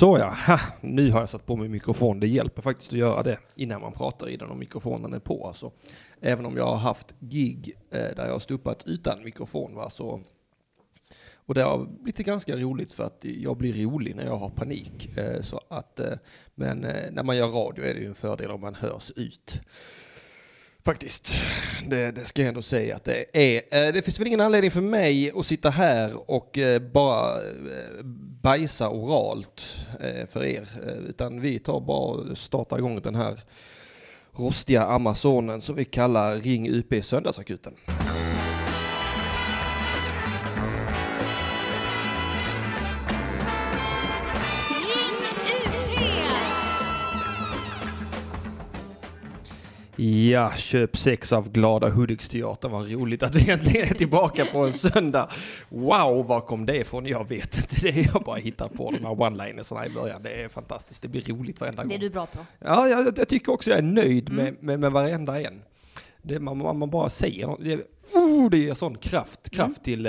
Så ja, nu har jag satt på mig mikrofon. Det hjälper faktiskt att göra det innan man pratar i den och mikrofonen är på. Alltså. Även om jag har haft gig där jag har stuppat utan mikrofon. Va? Så, och det har blivit ganska roligt för att jag blir rolig när jag har panik. Men när man gör radio är det ju en fördel om man hörs ut. Faktiskt, det ska jag ändå säga att det är. Det finns väl ingen anledning för mig att sitta här och bara bajsa oralt för er. Utan vi tar bara och startar igång den här rostiga Amazonen som vi kallar Ring UP Söndagsakuten. Ja, köp 6 av Glada Hudiksteatern. Vad roligt att vi äntligen är tillbaka på en söndag. Wow, var kom det ifrån? Jag vet inte. Det är jag bara hittar på de här one-linersarna i början. Det är fantastiskt. Det blir roligt varenda gång. Det är du bra på. Ja, jag tycker också jag är nöjd med varenda en. Det, man bara säger något. Det ger sån kraft till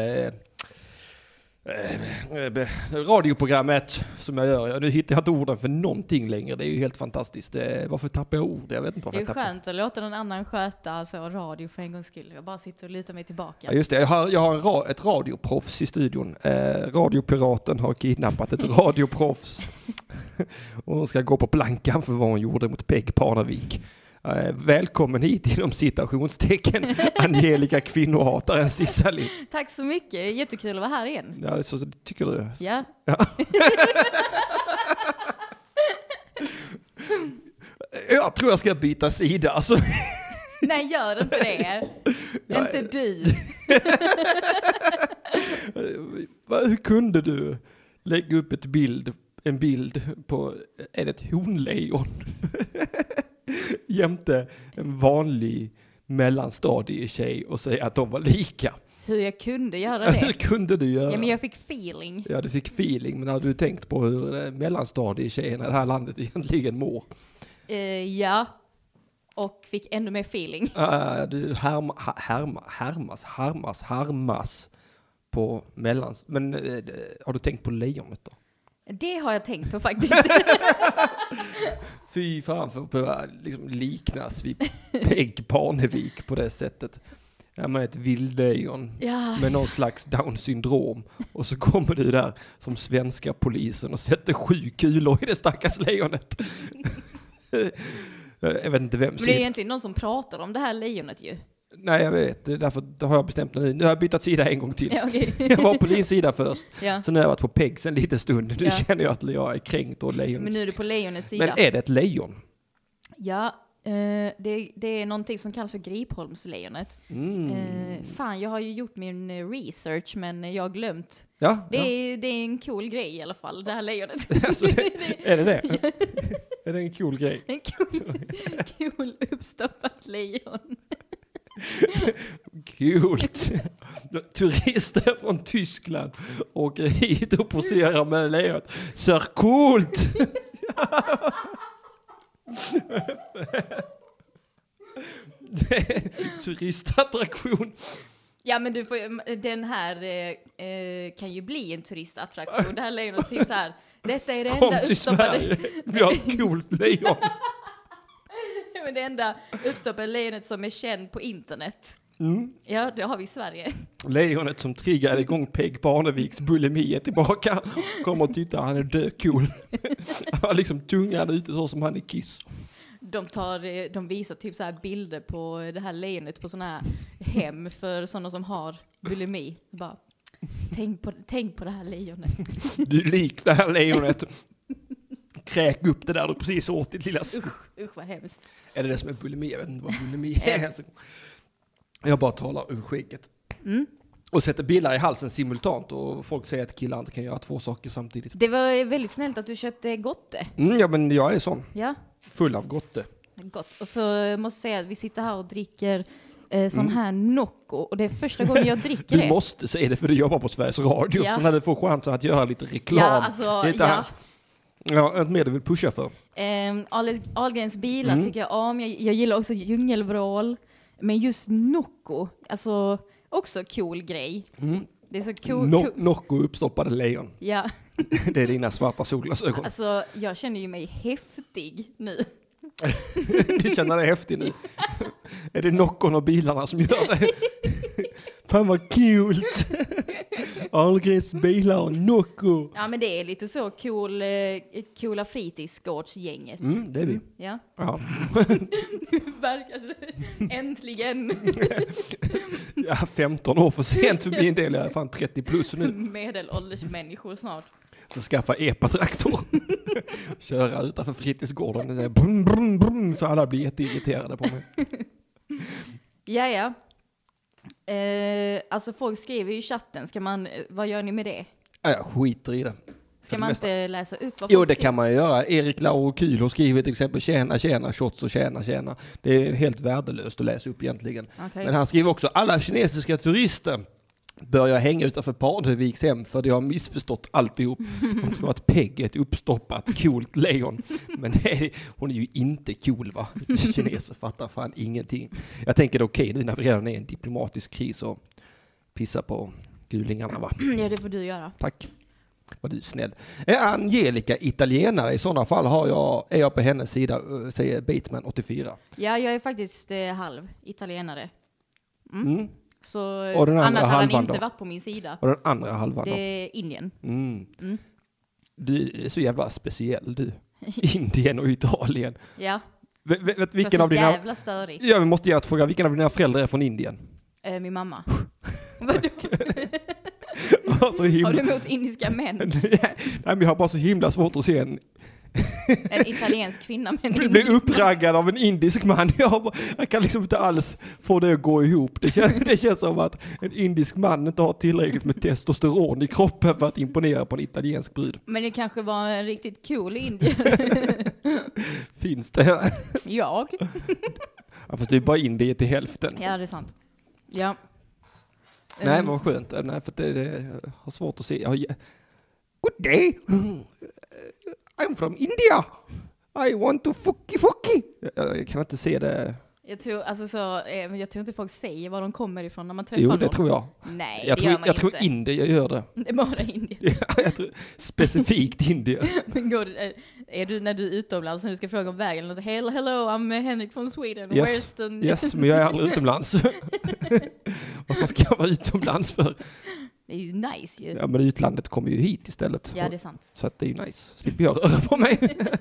radioprogrammet som jag gör. Nu hittar jag inte orden för någonting längre. Det är ju helt fantastiskt. Varför tappar jag ord? Jag vet inte varför jag tappar. Det är skönt att låta någon annan sköta alltså, radio för en gångs skull. Jag bara sitter och lutar mig tillbaka. Ja, just det. Jag har ett radioproffs i studion. Radiopiraten har kidnappat ett radioproffs. Och hon ska gå på plankan för vad hon gjorde mot Peg Parnevik. Välkommen hit inom citationstecken Angelica kvinnohataren Cicely. Tack så mycket, jättekul att vara här igen. Ja, så tycker du? Ja. Jag tror jag ska byta sida. Alltså. Nej, gör inte det. Inte du. Hur kunde du lägga upp en bild på ett honlejon? Jämte en vanlig mellanstadietjej och säga att de var lika. Hur jag kunde göra det? Hur kunde du göra? Ja, men jag fick feeling. Ja, du fick feeling. Men hade du tänkt på hur mellanstadietjejerna i det här landet egentligen mår? Ja. Och fick ännu mer feeling. Du härmas på mellans. Men har du tänkt på lejonet då? Det har jag tänkt på faktiskt. Fy fan för att behöva liksom liknas vid Peg Parnevik på det sättet. Ja, man är ett vildlejon med någon slags Down-syndrom. Och så kommer du där som svenska polisen och sätter 7 kulor i det stackars lejonet. Jag vet inte vem. Men det är egentligen någon som pratar om det här lejonet ju. Nej, jag vet. Det är därför har jag bestämt mig nu. Nu har jag bytt sida en gång till. Ja, okay. Jag var på din sida först. Ja. Så nu har jag varit på Pegs en liten stund. Nu känner jag att jag är kränkt och lejon. Men nu är du på lejonets sida. Men är det ett lejon? Ja, det är någonting som kallas för Gripholmslejonet. Fan, jag har ju gjort min research men jag har glömt. Ja, det är en cool grej i alla fall, det här lejonet. Alltså, är det? Är det en cool grej? En cool uppstoppat lejon. Coolt. Turister från Tyskland åker hit och poserar med lejonet. Så coolt! Det är turistattraktion. Ja, men den här kan ju bli en turistattraktion. Det här lejonet typ så här. Detta är det enda uppstoppade. Sverige. Vi har ett coolt lejon. Men det enda uppstoppade lejonet som är känd på internet. Ja, det har vi i Sverige. Lejonet som triggade igång Peg Parneviks bulimi är tillbaka. Kommer och titta, han är död cool. Han har liksom tungan ute så som han är Kiss. De visar typ så här bilder på det här lejonet på såna här hem för sådana som har bulimi. Bara, tänk på det här lejonet. Du lik det här lejonet. Kräk upp det där du precis åt ditt lilla... Usch vad hemskt. Är det som är bulimi? Jag vet inte vad bulimi är. Jag bara talar ur skägget. Och sätter bilar i halsen simultant. Och folk säger att killar inte kan göra 2 saker samtidigt. Det var väldigt snällt att du köpte Gotte. Ja, men jag är sån. Ja. Full av Gotte. Gott. Och så måste jag säga att vi sitter här och dricker sån här Nocco. Och det är första gången jag dricker det. Du måste säga det för du jobbar på Sveriges Radio. Ja. Så när du får chansen att göra lite reklam. Ja, alltså, Ja, ett mer du vill pusha för. Ahlgrens bilar tycker jag om. Jag gillar också djungelvrål. Men just Nocco, alltså också cool grej. Det är så cool. Nocco uppstoppade lejon. Ja. Det är dina svarta solglasögon. Alltså, jag känner ju mig häftig nu. Du känner dig häftig nu. Är det Noccon och bilarna som gör det? Fan vad kul! Ahlgrens bilar och Nocco. Ja, men det är lite så coola fritidsgårdsgänget. Det är vi. Ja. Ja. Äntligen. Ja, 15 år för sent för min del. Jag är fan 30 plus nu. Medelålders människor snart. Så skaffa epa-traktor. Köra utanför fritidsgården. Det är brum, brum, brum, så alla blir jätteirriterade på mig. Ja. Alltså folk skriver ju i chatten. Vad gör ni med det? Ja, jag skiter i det. Ska man inte läsa upp vad folk Jo, det skriver? kan man ju göra. Erik Laurokyl skriver till exempel tjäna, shots och tjäna. Det är helt värdelöst att läsa upp egentligen. Okay. Men han skriver också alla kinesiska turister börjar hänga utanför Pardeviks hem för de har missförstått alltihop. De tror att Peg är ett uppstoppat coolt lejon. Men nej, hon är ju inte cool, va? Kineser fattar fan ingenting. Jag tänker okej, nu när vi redan är i en diplomatisk kris och pissa på gulingarna, va? Ja, det får du göra. Tack. Var du snäll. Är Angelica italienare? I sådana fall är jag på hennes sida, säger Bateman 84. Ja, jag är faktiskt halv italienare. Mm. Så Och den andra annars hade han halvan inte då? varit på min sida. Och den andra halvan Det då? är Indien. Du är så jävla speciell, du. Indien och Italien. Ja. Vilken av dina... Jävla störig. Ja, vi måste gärna fråga, vilken av dina föräldrar är från Indien? Min mamma. Vadå? Så himla... Har du emot indiska män? Nej, men jag har bara så himla svårt att se en italiensk kvinna med en bli uppraggad av en indisk man. Jag kan liksom inte alls få det att gå ihop. Det känns som att en indisk man inte har tillräckligt med testosteron i kroppen för att imponera på en italiensk brud. Men det kanske var en riktigt cool indier. Finns det? Jag? Ja, fast det är bara indier till hälften. Ja, det är sant. Ja. Nej, men vad skönt. Nej, för det har svårt att se. Good day! I'm from India! I want to fucky! Jag kan inte se det. Jag tror inte folk säger var de kommer ifrån när man träffar Jo, någon. det tror jag. Nej, jag det tror, gör man jag tror inte. indier gör det. Det är bara indier. Ja, jag tror specifikt indier. Är du när du är utomlands när du ska fråga om vägen och så hello, I'm Henrik från Sweden. Yes, men jag är aldrig utomlands. Varför ska jag vara utomlands för? Det är ju nice ju. Ja, men utlandet kommer ju hit istället. Ja, det är sant. Så att det är ju nice. Slipper jag röra på mig.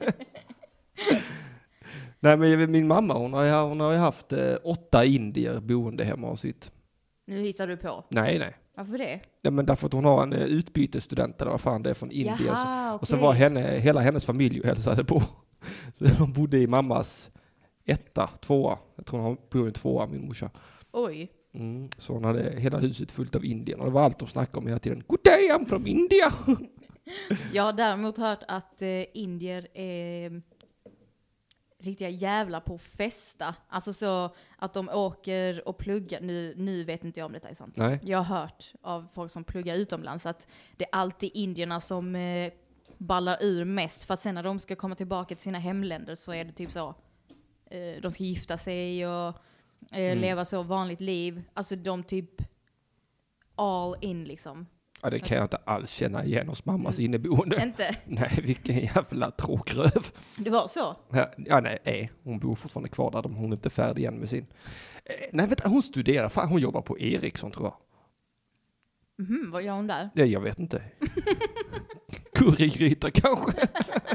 Nej, men min mamma, hon har ju haft 8 indier boende hemma hos sitt. Nu hittar du på. Nej. Varför det? Ja, men därför att hon har en utbytesstudent eller vad fan det är från Indien. Jaha, Och så var hela hennes familj och hälsade på. Så de bodde i mammas 2. Jag tror hon bor i 2, min morsa. Oj. Så hon hade hela huset fullt av Indien. Och det var allt de snackade om hela tiden. Good day, I'm from India! Jag har däremot hört att indier är riktiga jävla på att festa. Alltså så att de åker och pluggar. Nu vet inte jag om detta är sant. Nej. Jag har hört av folk som pluggar utomlands att det är alltid indierna som ballar ur mest. För att sen när de ska komma tillbaka till sina hemländer så är det typ så. De ska gifta sig och leva så vanligt liv. Alltså de typ all in liksom. Ja, det kan jag inte alls känna igen hos mammas inneboende. Inte? Nej, vilken jävla tråkröv. Det var så? Ja, nej. Hon bor fortfarande kvar där. Hon är inte färdig igen med sin... Nej, vet du, hon studerar. Fan, hon jobbar på Ericsson, tror jag. Vad gör hon där? Ja, jag vet inte. Currygryta kanske.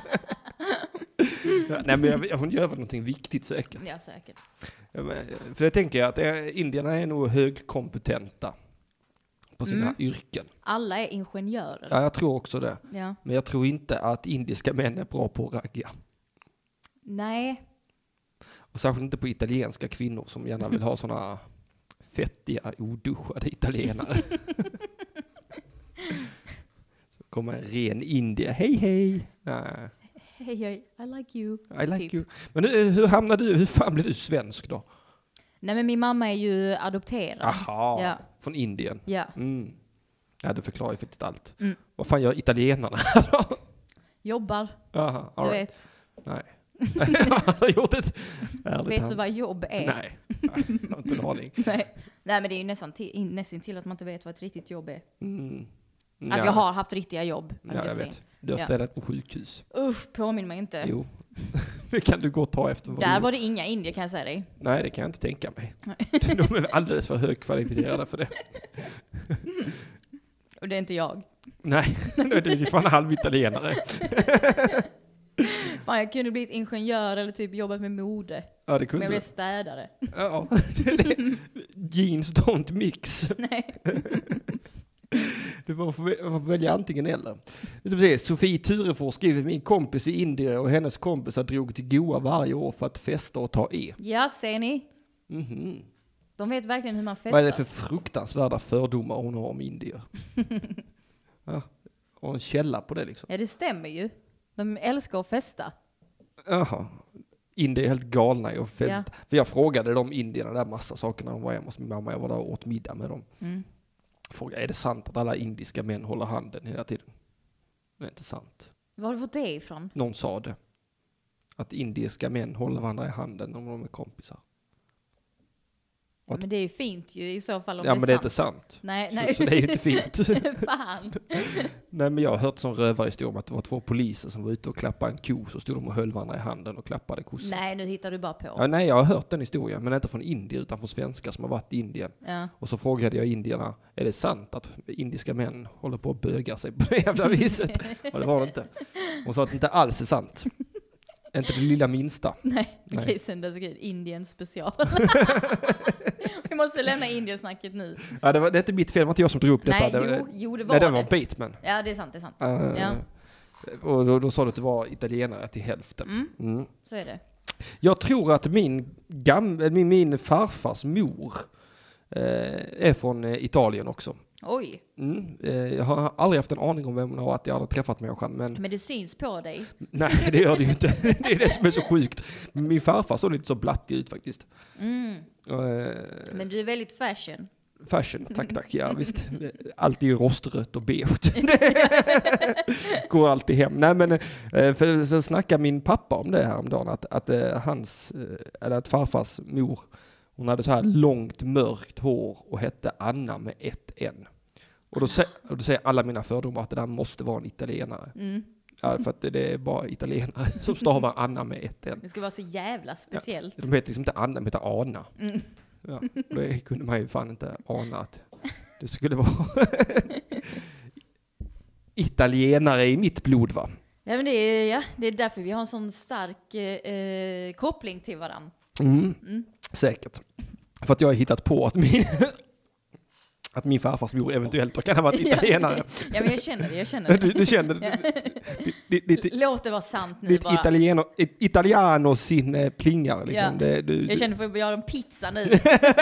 Ja, nej, men hon gör väl någonting viktigt säkert. Ja, säkert. Ja, men, för jag tänker att indierna är nog högkompetenta på sina yrken. Alla är ingenjörer. Ja, jag tror också det. Ja. Men jag tror inte att indiska män är bra på att ragga. Nej. Och särskilt inte på italienska kvinnor som gärna vill ha såna fettiga, oduschade italienare. Så kommer en ren indier. Hej. Nej. Hej, I like you. I like typ. you. Men hur fan blev du svensk då? Nej, men min mamma är ju adopterad. Aha, Ja. från Indien. Ja. Ja, du förklarar ju faktiskt allt. Mm. Vad fan gör italienarna då? Jobbar, Aha, du all right. vet. Nej. Jag har gjort ett ärligt Vet du vad jobb är? Nej, jag har inte en aning. Nej, men det är ju nästan till att man inte vet vad ett riktigt jobb är. Alltså jag har haft riktiga jobb. Ja, jag vet. Du har städat på sjukhus. Usch, påminn mig inte. Jo. Det kan du gå och ta efter. Där var det inga indier, kan jag säga dig. Nej, det kan jag inte tänka mig. De är alldeles för högkvalificerade för det. Och det är inte jag. Nej, du är fan halvitalienare. Fan, jag kunde blivit ingenjör eller typ jobbat med mode. Ja, det kunde men jag blev städare. Ja, jeans don't mix. Nej. Du får välja antingen eller. Sofie Turefors skriver: min kompis i Indien och hennes kompisar drog till Goa varje år för att festa och ta Ja, ser ni? Mm-hmm. De vet verkligen hur man festar. Vad är det för fruktansvärda fördomar hon har om indier? Ja, och en källa på det liksom. Ja, det stämmer ju. De älskar att festa. Jaha. Indier är helt galna i att festa. För jag frågade de indierna där massa saker när de var hemma hos min mamma. Jag var där och åt middag med dem. Frågade, är det sant att alla indiska män håller handen hela tiden? Det är inte sant. Var har du fått det ifrån? Någon sa det. Att indiska män håller varandra i handen om de är kompisar. Ja, men det är ju fint ju i så fall om ja, det är men det är inte sant. Nej. Så det är ju inte fint. Fan. Nej, men jag har hört sån rövarhistoria om att det var 2 poliser som var ute och klappade en ko, så stod de och höll varandra i handen och klappade kossan. Nej, nu hittar du bara på. Ja, nej, jag har hört den historien, men inte från Indien utan från svenskar som har varit i Indien. Ja. Och så frågade jag indierna, är det sant att indiska män håller på att böga sig på det jävla viset? Och det var det inte. Hon sa att det inte alls är sant. Inte det lilla minsta. Nej. Okej, sen det är Indien special. Vi måste lämna Indien-snacket nu. Ja, det är inte mitt fel, det var inte jag som drog upp detta. Nej, det var det var Bateman. Ja, det är sant. Ja. Och då sa du att det var italienare till hälften. Så är det. Jag tror att min farfars mor är från Italien också. Oj. Jag har aldrig haft en aning om vem hon har varit. Jag har aldrig träffat människan. Men det syns på dig. Nej, det gör det ju inte. Det är det som är så sjukt. Min farfar såg lite så blattig ut faktiskt. Men du är väldigt fashion. Fashion, tack. Ja, visst. Allt är ju rostrött och beige. Går alltid hem. Nej, men för så snackade min pappa om det här om dagen. Att farfars mor, hon hade så här långt mörkt hår och hette Anna med ett N. Och då säger alla mina fördomar att det där måste vara en italienare. Ja, för att det är bara italienare som stavar Anna med ett N. Det ska vara så jävla speciellt. Ja, de heter liksom inte Anna, de heter Anna. Ja, det kunde man ju fan inte ana att det skulle vara italienare i mitt blod, va? Ja, men det är därför vi har en sån stark koppling till varandra. Säkert. För att jag har hittat på att min farfars mor eventuellt kan ha varit italienare. Ja, men jag känner det. Du känner det. Låt det vara sant nu bara. Italiano sin plingar. Liksom. Ja. Jag känner för att göra en pizza nu.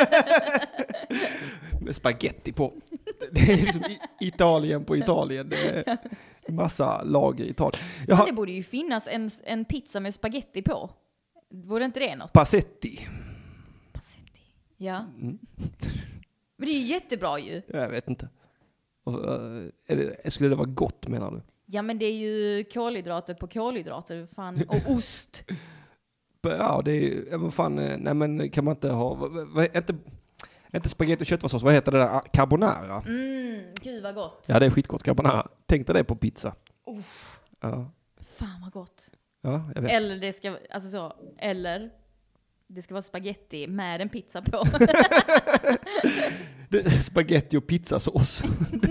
Med spaghetti på. Det är liksom Italien på Italien. Det är massa lager i Italien. Men det borde ju finnas en pizza med spaghetti på. Borde inte det något? Passetti. Ja. Men det är ju jättebra ju. Jag vet inte. Skulle det vara gott, menar du? Ja, men det är ju kolhydrater på kolhydrater, fan. Och ost. Ja, det är... Vad fan... Nej, men kan man inte ha... Inte spaghetti och köttfärssås. Vad heter det där? Carbonara. Gud vad gott. Ja, det är skitgott. Carbonara. Tänk dig det på pizza. Ja. Fan vad gott. Ja, jag vet. Eller det ska vara spaghetti med en pizza på. Spaghetti och pizzasås.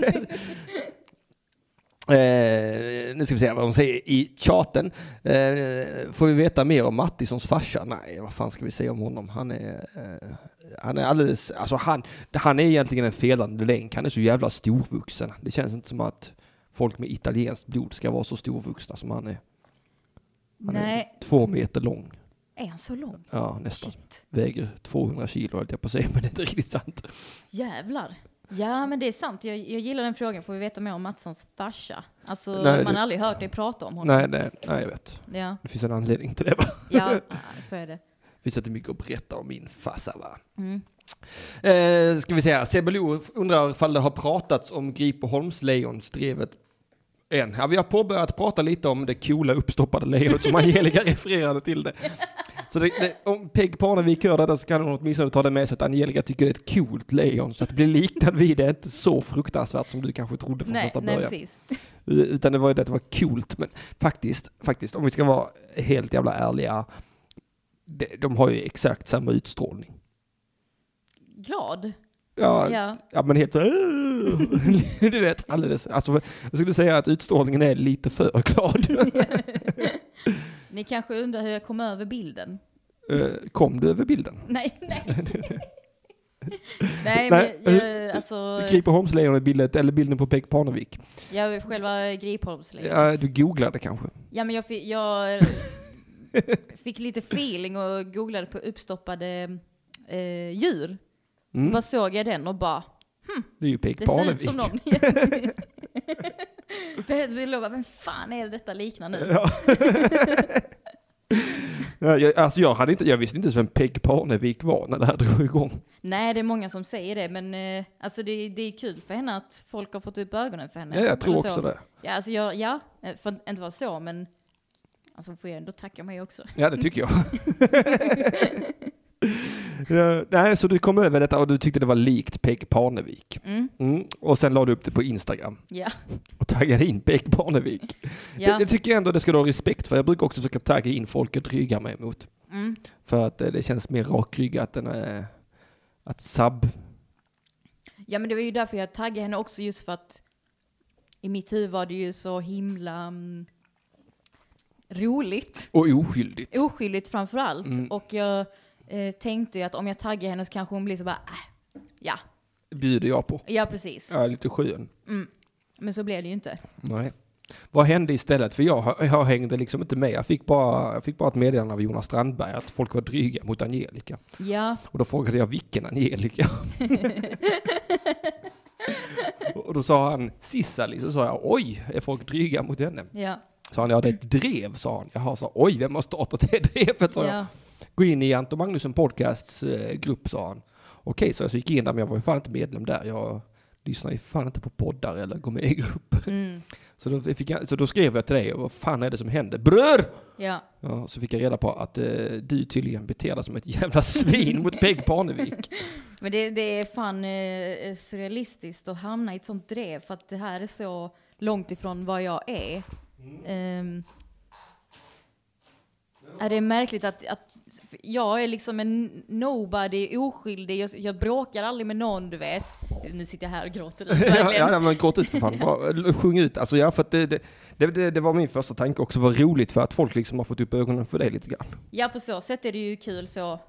Nu ska vi se vad de säger i chatten. Får vi veta mer om Mattissons farsa? Nej, vad fan ska vi säga om honom? Han är alldeles... Alltså han är egentligen en felande länk. Han är så jävla storvuxen. Det känns inte som att folk med italienskt blod ska vara så storvuxna som han är. Han är 2 meter lång. Är han så lång? Ja, nästan. Shit. Väger 200 kilo, höll jag på att säga, men det är inte riktigt sant. Jävlar. Ja, men det är sant. Jag gillar den frågan. Får vi veta mer om Mattssons farsa? Alltså, Nej, man har aldrig hört dig prata om honom. Nej, jag vet. Ja. Det finns en anledning till det, va? Ja, så är det. Det finns inte mycket att berätta om min farsa, va? Mm. Ska vi säga, Sebelo undrar ifall det har pratats om Gripeholmslejon-drevet än. Ja, vi har påbörjat prata lite om det coola uppstoppade lejonet som Angelica refererade till det. Så om Peg Parnevik hör det så kan hon åtminstone ta det med sig att Angelica tycker det är ett coolt lejon. Så att det blir liknande vid det är inte så fruktansvärt som du kanske trodde från första början. Nej, precis. Utan det var ju det att det var coolt. Men faktiskt, om vi ska vara helt jävla ärliga, de har ju exakt samma utstrålning. Glad? Ja, men helt så du vet, alldeles. Alltså, jag skulle säga att utstrålningen är lite för glad. Ni kanske undrar hur jag kom över bilden? Kom du över bilden? Nej. Nej, men alltså... Gripholmslejonet eller bilden på Peg Parnevik? Ja, själva Gripholmslejonet. Ja, du googlade kanske? Ja, men jag fick lite feeling och googlade på uppstoppade djur. Så bara såg jag den och bara... det är ju Peg Parnevik. Det ser ut som någon. Vem fan är det detta liknar nu? Ja. Jag visste inte ens vem Peg Parnevik var när det här drog igång. Nej, det är många som säger det, men alltså det är kul för henne att folk har fått upp ögonen för henne. Ja, jag tror också det. Ja, alltså för att inte vara så, men alltså får jag ändå tacka mig också. Ja, det tycker jag. Nej, så du kom över detta och du tyckte det var likt Peg Parnevik. Och sen la du upp det på Instagram. Ja. Och taggade in Peg Parnevik. Ja. Det tycker jag ändå det ska du ha respekt för. Jag brukar också försöka tagga in folk och dryga mig emot. För att det känns mer rakryggat än att sub. Ja, men det var ju därför jag taggade henne också, just för att i mitt huvud var det ju så himla roligt. Och oskyldigt. Oskyldigt framförallt. Och jag tänkte ju att om jag taggar henne så kanske hon blir så bara, ja. Bjuder jag på. Ja, precis. Ja, lite skön. Men så blev det ju inte. Nej. Vad hände istället? För jag hängde liksom inte med. Jag fick bara ett meddelande av Jonas Strandberg att folk var dryga mot Angelica. Ja. Och då frågade jag vilken Angelica. Och då sa han Sissali. Så sa jag, oj, är folk dryga mot henne? Ja. Så han, ja, det är ett drev, sa han. Jaha, sa, oj, vem har startat det drevet? Sa jag. Gå in i Anton Magnusson Podcasts grupp, sa han. Okej, så jag gick in där, men jag var ju fan inte medlem där. Jag lyssnar ju fan inte på poddar eller går med i grupper. Så då skrev jag till dig, vad fan är det som händer? Brör! Ja, så fick jag reda på att du tydligen beter dig som ett jävla svin mot Peg Parnevik. Men det är fan surrealistiskt att hamna i ett sånt drev, för att det här är så långt ifrån vad jag är. Är det märkligt att jag är liksom en nobody, oskyldig, jag bråkar aldrig med någon, du vet. Nu sitter jag här och gråter ut. Ja, men gråt ut för fan. Bara, sjung ut. Alltså, ja, för att det var min första tanke också. Var roligt för att folk liksom har fått upp ögonen för det lite grann. Ja, på så sätt är det ju kul så.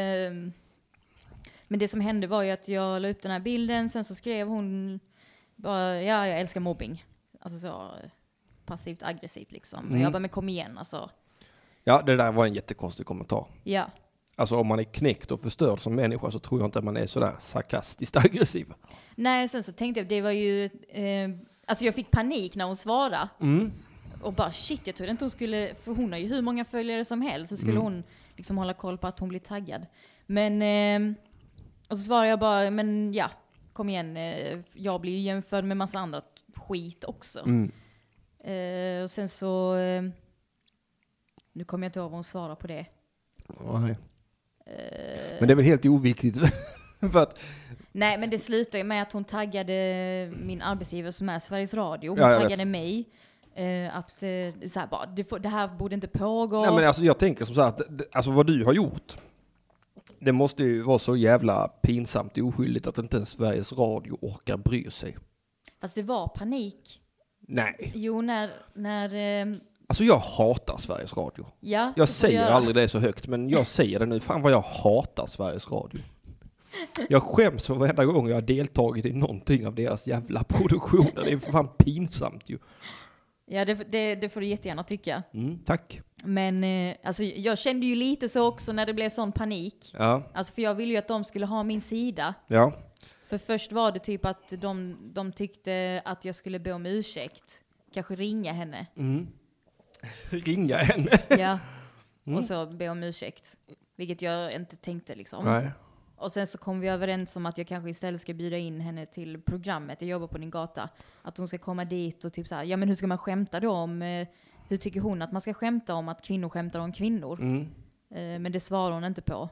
Men det som hände var ju att jag la upp den här bilden, sen så skrev hon bara, ja, jag älskar mobbing. Alltså så passivt aggressivt liksom. Jag bara, men kom igen, alltså. Ja, det där var en jättekonstig kommentar. Ja. Alltså om man är knäckt och förstörd som människa så tror jag inte att man är sådär sarkastiskt aggressiv. Nej, sen så tänkte jag, det var ju... alltså jag fick panik när hon svarade. Och bara shit, jag trodde inte hon skulle... För hon har ju hur många följare som helst. Så skulle hon liksom hålla koll på att hon blir taggad. Men... och så svarade jag bara, men ja, kom igen. Jag blir ju jämförd med massa andra skit också. Och sen så... nu kommer jag inte ihåg vad hon svarar på det. Nej. Men det är väl helt oviktigt. För att... Nej, men det slutar ju med att hon taggade min arbetsgivare som är Sveriges Radio. Hon taggade mig. Att så här, bara, det här borde inte pågå. Nej, men alltså, jag tänker som så här, att alltså, vad du har gjort, det måste ju vara så jävla pinsamt och oskyldigt att inte ens Sveriges Radio orkar bry sig. Fast det var panik. Nej. Jo, när alltså jag hatar Sveriges Radio. Ja, jag säger aldrig det så högt, men jag säger det nu. Fan vad jag hatar Sveriges Radio. Jag skäms för varenda gång jag har deltagit i någonting av deras jävla produktioner. Det är för fan pinsamt ju. Ja, det får du jättegärna tycka. Tack. Men alltså, jag kände ju lite så också när det blev sån panik. Ja. Alltså, för jag ville ju att de skulle ha min sida. Ja. För först var det typ att de tyckte att jag skulle be om ursäkt. Kanske ringa henne. Ringa henne? Ja. Och så be om ursäkt. Vilket jag inte tänkte liksom. Nej. Och sen så kom vi överens om att jag kanske istället ska bjuda in henne till programmet. Jag jobbar på din gata. Att hon ska komma dit och typ så här, ja men hur ska man skämta då om... hur tycker hon att man ska skämta om att kvinnor skämtar om kvinnor? Men det svarar hon inte på.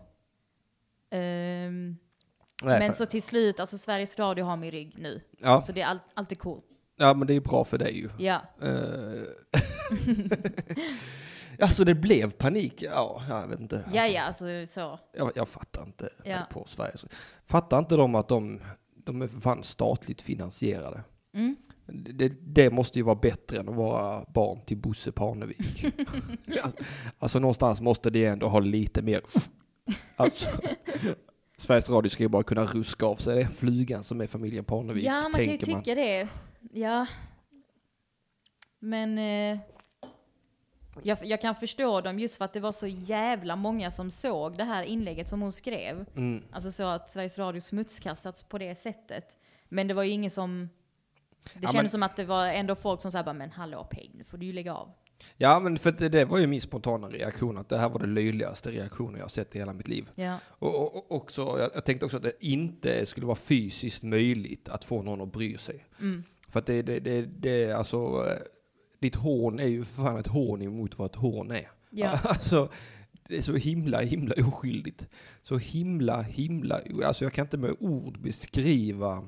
Men så till slut, alltså Sveriges Radio har min rygg nu. Ja. Så det är alltid coolt. Ja, men det är bra för dig ju. Ja. Alltså det blev panik. Ja, jag vet inte. Alltså, Ja, alltså så. Jag fattar inte på Sverige. Fattar inte de att de är fan statligt finansierade. Mm. Det måste ju vara bättre än att vara barn till Bosse Parnevik. Alltså någonstans måste det ändå ha lite mer. Alltså, Sveriges Radio ska ju bara kunna ruska av sig det flygan som är familjen Parnevik. Ja, man kan ju tycka det. Ja. Men jag kan förstå dem just för att det var så jävla många som såg det här inlägget som hon skrev. Mm. Alltså så att Sveriges Radio smutskastats på det sättet. Men det var ju ingen som... Det kändes som att det var ändå folk som sa men hallå Peg, nu får du ju lägga av. Ja, men för det var ju min spontana reaktion att det här var det löjligaste reaktionen jag har sett i hela mitt liv. Ja. Och också, jag tänkte också att det inte skulle vara fysiskt möjligt att få någon att bry sig. Mm. För att det alltså, ditt hån är ju för fan ett hån emot vad ett hån är. Ja. Alltså, det är så himla oskyldigt. Så himla, alltså jag kan inte med ord beskriva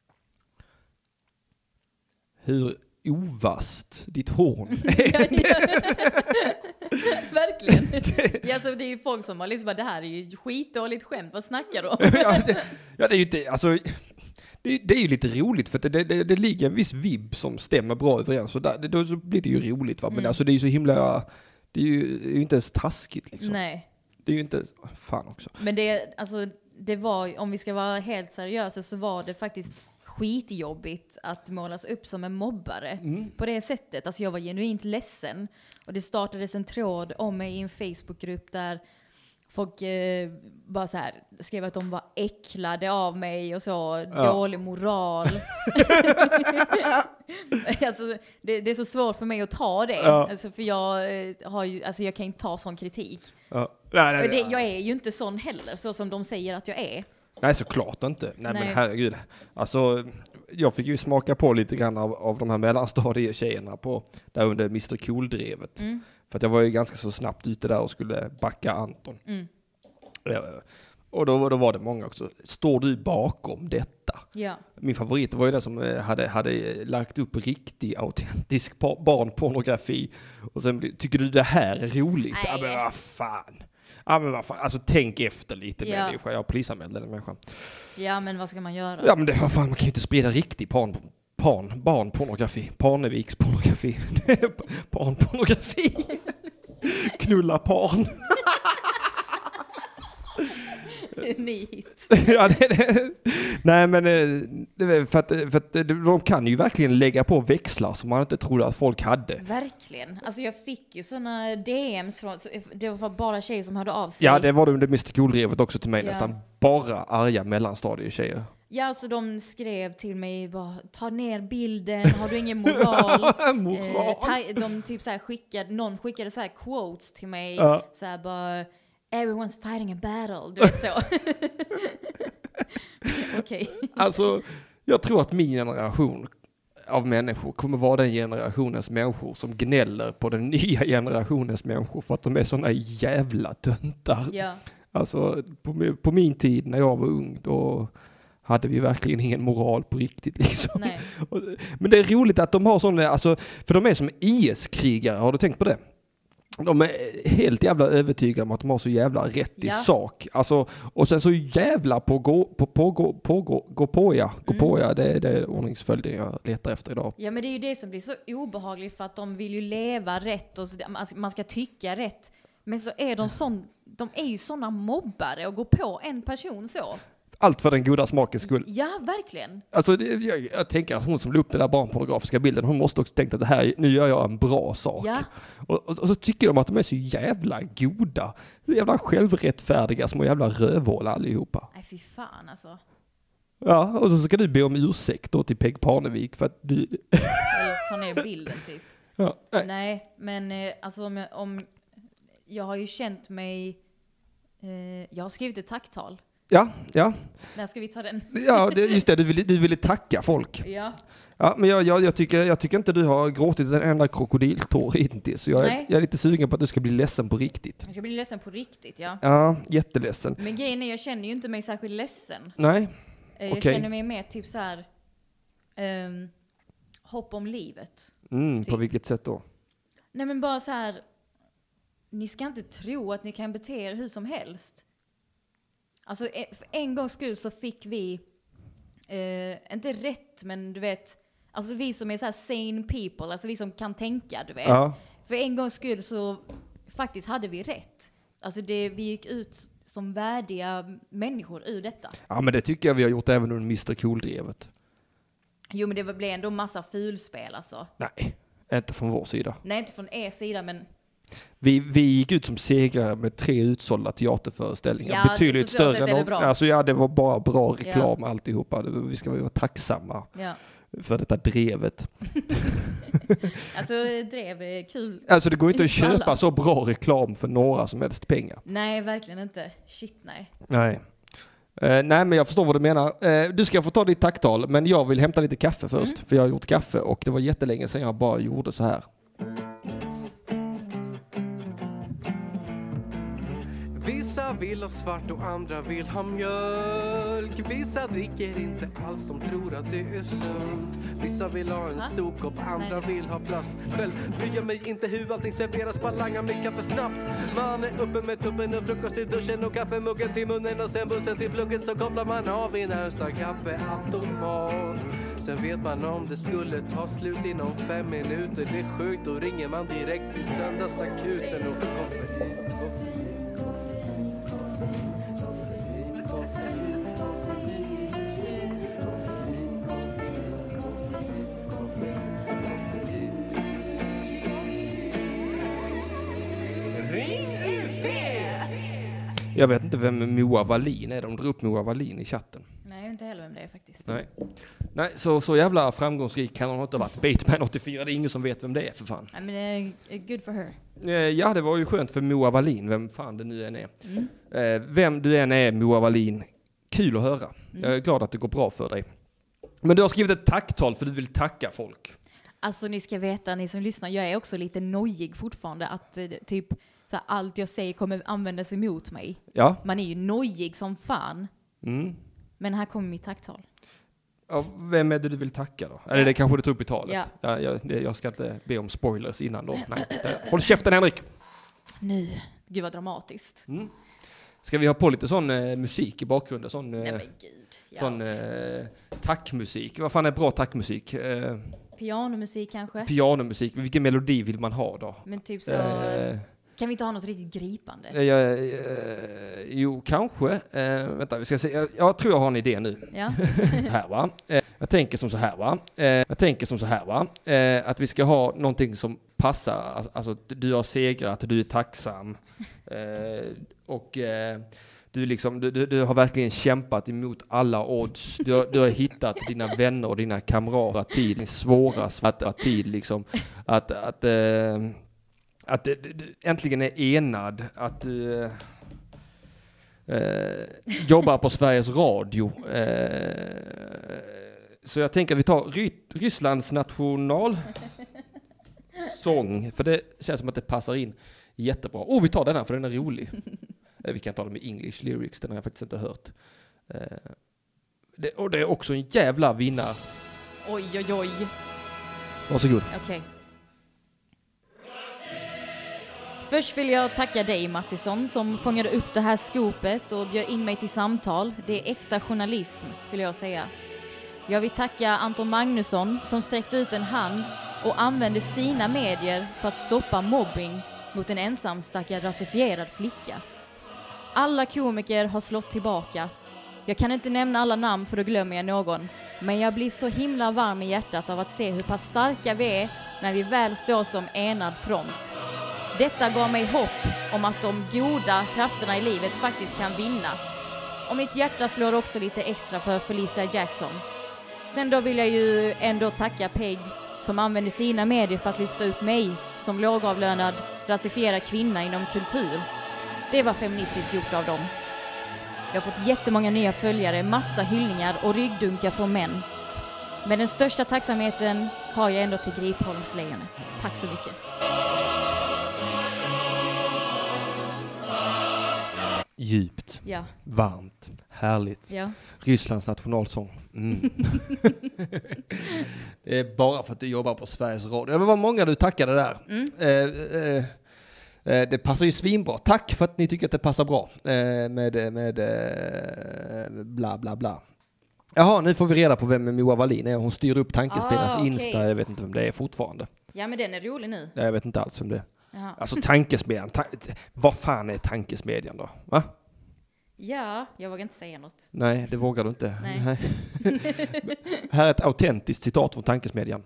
hur ovast ditt hån är. Verkligen. Ja, så det är ju folk som har liksom bara, det här är ju skitdåligt skämt, vad snackar du om? Ja, det är ju inte, alltså, det är ju lite roligt för att det ligger en viss vibb som stämmer bra överens, så då så blir det ju roligt va, men alltså det är ju så himla, det är ju inte ens taskigt liksom. Nej. Det är ju inte, fan också. Men det var, om vi ska vara helt seriösa, så var det faktiskt skitjobbigt att målas upp som en mobbare på det sättet. Alltså jag var genuint ledsen. Och det startades en tråd om mig i en Facebookgrupp där folk bara så här skrev att de var äcklade av mig och så, dålig moral. Alltså, det är så svårt för mig att ta det. Ja. Alltså, för jag kan inte ta sån kritik. Ja. Nej. Jag är ju inte sån heller, så som de säger att jag är. Nej, såklart inte. Nej, men herregud. Alltså, jag fick ju smaka på lite grann av de här mellanstadietjejerna där under Mr. Cool-drevet. Mm. För att jag var ju ganska så snabbt ute där och skulle backa Anton. Mm. Och då var det många också. Står du bakom detta? Ja. Min favorit var ju den som hade lagt upp riktig, autentisk barnpornografi. Och sen, tycker du det här är roligt? Nej. Ja, men vad fan. Ja, men vad fan. Alltså tänk efter lite människa. Jag polisanmälde den människan. Ja, men vad ska man göra? Ja, men det var fan, man kan ju inte sprida riktig barnpornografi. Parneviks pornografi. Barnpornografi. Knulla barn. Nit. Ja, nej, men för att de kan ju verkligen lägga på växlar som man inte trodde att folk hade. Verkligen. Alltså jag fick ju såna DMs från, det var bara tjejer som hörde av sig. Ja, det var det under Mr. Cool-drevet också till mig, nästan bara arga mellanstadietjejer. Ja, så de skrev till mig bara, ta ner bilden, har du ingen moral? De typ så här någon skickade så här quotes till mig, så här bara, everyone's fighting a battle, du vet så. Okej. Alltså, jag tror att min generation av människor kommer vara den generationens människor som gnäller på den nya generationens människor för att de är såna jävla töntar. Ja. Alltså, på min tid när jag var ung, då hade vi verkligen ingen moral på riktigt liksom. Nej. Men det är roligt att de har sådana, alltså, för de är som IS-krigare, har du tänkt på det? De är helt jävla övertygade om att de har så jävla rätt i sak. Alltså, och sen så jävla gå på, det är ordningsföljden jag letar efter idag. Ja, men det är ju det som blir så obehagligt, för att de vill ju leva rätt och man ska tycka rätt. Men så är de är ju såna mobbare och går på en person så. Allt för den goda smakens skull. Ja, verkligen. Alltså, jag tänker att hon som la upp den där barnpornografiska bilden, hon måste också tänka att nu gör jag en bra sak. Ja. Och så tycker de att de är så jävla goda. Jävla självrättfärdiga små jävla rövhål allihopa. Nej, fy fan alltså. Ja, och så ska du be om ursäkt då till Peg Parnevik för att du... Ta ner bilden typ. Ja, nej, men alltså om jag har ju känt mig... jag har skrivit ett tacktal. Ja. När ska vi ta den? Ja, just det. Du ville tacka folk. Ja. Ja, men jag tycker inte du har gråtit en enda krokodiltår hittills. Så jag är lite sugen på att du ska bli ledsen på riktigt. Jag ska bli ledsen på riktigt, ja. Ja, jätteledsen. Men grejen är, jag känner ju inte mig särskilt ledsen. Nej. Jag känner mig mer typ så här hopp om livet. Typ. På vilket sätt då? Nej, men bara så här, ni ska inte tro att ni kan bete er hur som helst. Alltså för en gångs skull så fick vi inte rätt, men du vet, alltså vi som är så här sane people, alltså vi som kan tänka, du vet. Ja. För en gångs skull så faktiskt hade vi rätt. Alltså vi gick ut som värdiga människor ur detta. Ja, men det tycker jag vi har gjort även under Mr. Cool-drevet. Jo, men det blev ändå massa fulspel alltså. Nej, inte från vår sida. Nej, inte från er sida, men... Vi gick ut som segrare med 3 utsålda teaterföreställningar. Ja, betydligt större än alltså, det var bara bra reklam alltihopa. Vi ska vara tacksamma för detta drevet. Alltså drev är kul. Alltså det går inte att köpa så bra reklam för några som helst pengar. Nej, verkligen inte. Shit, nej. Nej. Nej, men jag förstår vad du menar. Du ska få ta ditt tacktal, men jag vill hämta lite kaffe först. För jag har gjort kaffe och det var jättelänge sedan jag bara gjorde så här. Vissa vill ha svart och andra vill ha mjölk. Vissa dricker inte alls, de tror att det är sunt. Vissa vill ha en stor kopp, andra vill ha plast. Själv bryr jag mig inte hur allting serveras, bara langar mitt kaffe snabbt. Man är uppe med tuppen och frukost i duschen och kaffemuggen till munnen och sen bussen till plugget, så kopplar man av i närmsta kaffeautomat. Sen vet man om det skulle ta slut inom 5 minuter. Det är sjukt, då ringer man direkt till söndagsakuten och Jag vet inte vem Moa Wallin är. De drar upp Moa Wallin i chatten. Nej, jag vet inte heller vem det är faktiskt. Nej, så jävla framgångsrik kan hon inte ha varit. Bateman 84, det är ingen som vet vem det är för fan. Nej, men det är good for her. Ja, det var ju skönt för Moa Wallin, vem fan det nu än är. Vem du än är, Moa Wallin, kul att höra. Jag är glad att det går bra för dig. Men du har skrivit ett tacktal för du vill tacka folk. Alltså ni ska veta, ni som lyssnar, jag är också lite nojig fortfarande att typ så här, allt jag säger kommer användas emot mig. Ja. Man är ju nojig som fan. Men här kommer mitt tacktal. Ja, vem är det du vill tacka då? Eller det kanske du tog upp i talet. Ja. Jag ska inte be om spoilers innan då. Nej. Håll käften, Henrik! Nu, gud vad dramatiskt. Ska vi ha på lite sån musik i bakgrunden? Sån, nej men gud. Ja. Sån tackmusik. Vad fan är bra tackmusik? Pianomusik kanske? Pianomusik. Vilken melodi vill man ha då? Men typ så... Kan vi inte ha något riktigt gripande? Jo, kanske. Vänta, vi ska se. Jag tror jag har en idé nu. Ja. Här, va? Jag tänker som så här, va? Att vi ska ha någonting som passar. Alltså, du har segrat, du är tacksam. Och du har verkligen kämpat emot alla odds. Du har hittat dina vänner och dina kamrater till din svåra tid. Liksom. Att du äntligen är enad, att du jobbar på Sveriges Radio. Så jag tänker att vi tar Rysslands nationalsång, för det känns som att det passar in jättebra. Vi tar den här för den är rolig. Vi kan ta den med English lyrics, den har jag faktiskt inte hört. Och det är också en jävla vinnare. Oj. Varsågod. Okej. Först vill jag tacka dig, Mattisson, som fångade upp det här skopet och bjöd in mig till samtal. Det är äkta journalism, skulle jag säga. Jag vill tacka Anton Magnusson som sträckte ut en hand och använde sina medier för att stoppa mobbing mot en ensamstackad rasifierad flicka. Alla komiker har slått tillbaka. Jag kan inte nämna alla namn för då glömmer jag någon. Men jag blir så himla varm i hjärtat av att se hur pass starka vi är när vi väl står som enad front. Detta gav mig hopp om att de goda krafterna i livet faktiskt kan vinna. Och mitt hjärta slår också lite extra för Felicia Jackson. Sen då vill jag ju ändå tacka Peg som använder sina medier för att lyfta upp mig som lågavlönad rasifierad kvinna inom kultur. Det var feministiskt gjort av dem. Jag har fått jättemånga nya följare, massa hyllningar och ryggdunkar från män. Men den största tacksamheten har jag ändå till Gripholmslejonet. Tack så mycket. Djupt, Ja. varmt, härligt. Ja. Rysslands nationalsång. Det är bara för att du jobbar på Sveriges Radio. Det var många du tackade där. Det passar ju svinbra. Tack för att ni tycker att det passar bra med bla bla bla. Jaha, nu får vi reda på vem Moa Wallin är. Hon styr upp Tankespelarnas okay. Insta. Jag vet inte vem det är fortfarande. Ja, men den är rolig nu. Jag vet inte alls vem det är. Jaha. Alltså Tankesmedjan. Vad fan är Tankesmedjan då? Va? Ja, jag vågar inte säga något. Nej, det vågar du inte. Nej. Här är ett autentiskt citat från Tankesmedjan.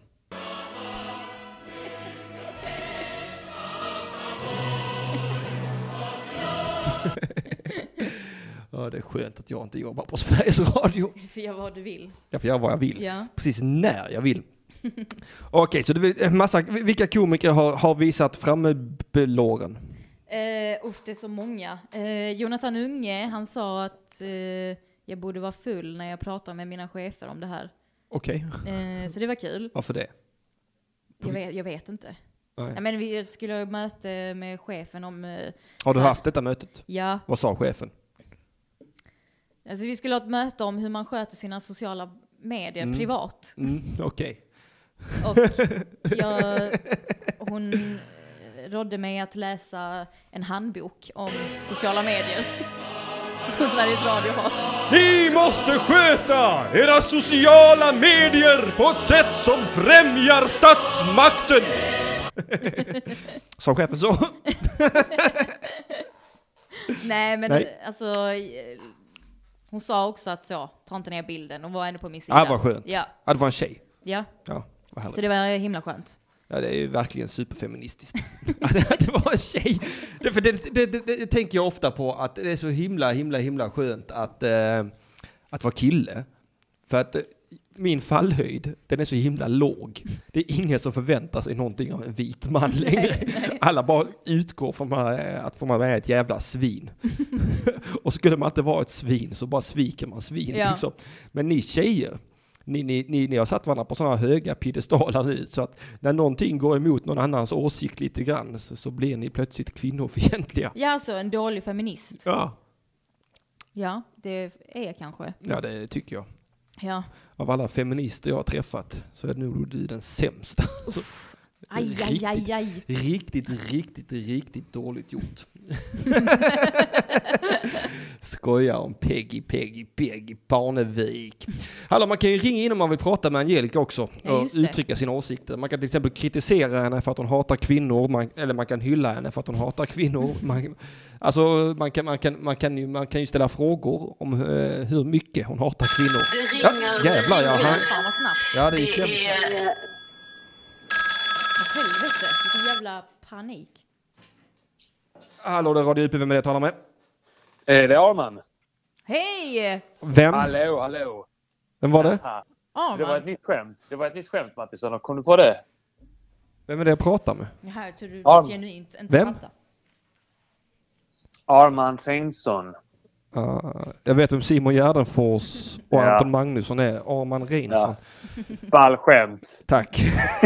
Ja, det är skönt att jag inte jobbar på Sveriges Radio. Du får göra vad du vill. Jag får göra vad jag vill. Ja. Precis när jag vill. Okej, så det är en massa. Vilka komiker har visat frammebelåren? Det är så många. Jonathan Unge, han sa att jag borde vara full när jag pratar med mina chefer om det här. Okej. Så det var kul. Varför det? Jag vet inte. Nej. Ja, men vi skulle ha möte med chefen om... Har du haft detta mötet? Ja. Vad sa chefen? Alltså vi skulle ha ett möte om hur man sköter sina sociala medier privat. Okej. Och hon rådde mig att läsa en handbok om sociala medier som Sveriges Radio har. Ni måste sköta era sociala medier på ett sätt som främjar statsmakten. Sa chefen så? Nej. Alltså hon sa också att ta inte ner bilden och var ändå på min sida. Vad skönt. Ja. Det var en tjej. Ja. Ja, vad härligt. Så det var himla skönt. Ja, det är ju verkligen superfeministiskt. Att det var en tjej. Det tänker jag ofta på, att det är så himla skönt att vara kille. För att min fallhöjd, den är så himla låg. Det är ingen som förväntar sig någonting av en vit man längre. Nej. Alla bara utgår från att man är ett jävla svin. Och skulle man inte vara ett svin så bara sviker man svin. Ja. Liksom. Men ni tjejer, ni har satt varandra på sådana höga piedestalar nu, så att när någonting går emot någon annans åsikt lite grann så blir ni plötsligt kvinnofientliga. Ja, alltså en dålig feminist. Ja. Ja, det är jag kanske. Ja, det tycker jag. Ja. Av alla feminister jag har träffat så är nog du den sämsta. Aj. Riktigt dåligt gjort. Skojar om Peggy Parnevik. Hallå, man kan ju ringa in om man vill prata med Angelica också och uttrycka sina åsikter. Man kan till exempel kritisera henne för att hon hatar kvinnor, eller man kan hylla henne för att hon hatar kvinnor. Man kan ju ställa frågor om hur mycket hon hatar kvinnor. Jävlar, fan vad snabbt. Ja, det gick jävligt. Helvete, vilken jävla panik. Hallå, det är Radio UP, vem är det jag talar med? Det är Arman. Hej! Vem? Hallå. Vem var det? Arman. Det var ett nytt skämt, Mattisson. Kom du på det? Vem är det jag pratar med? Jaha, jag tror du Arman. Genuint inte fattar. Arman Reinsson. Jag vet om Simon Gärdenfors och Anton Magnusson är. Arman Reinsson. Ballskämt. Tack.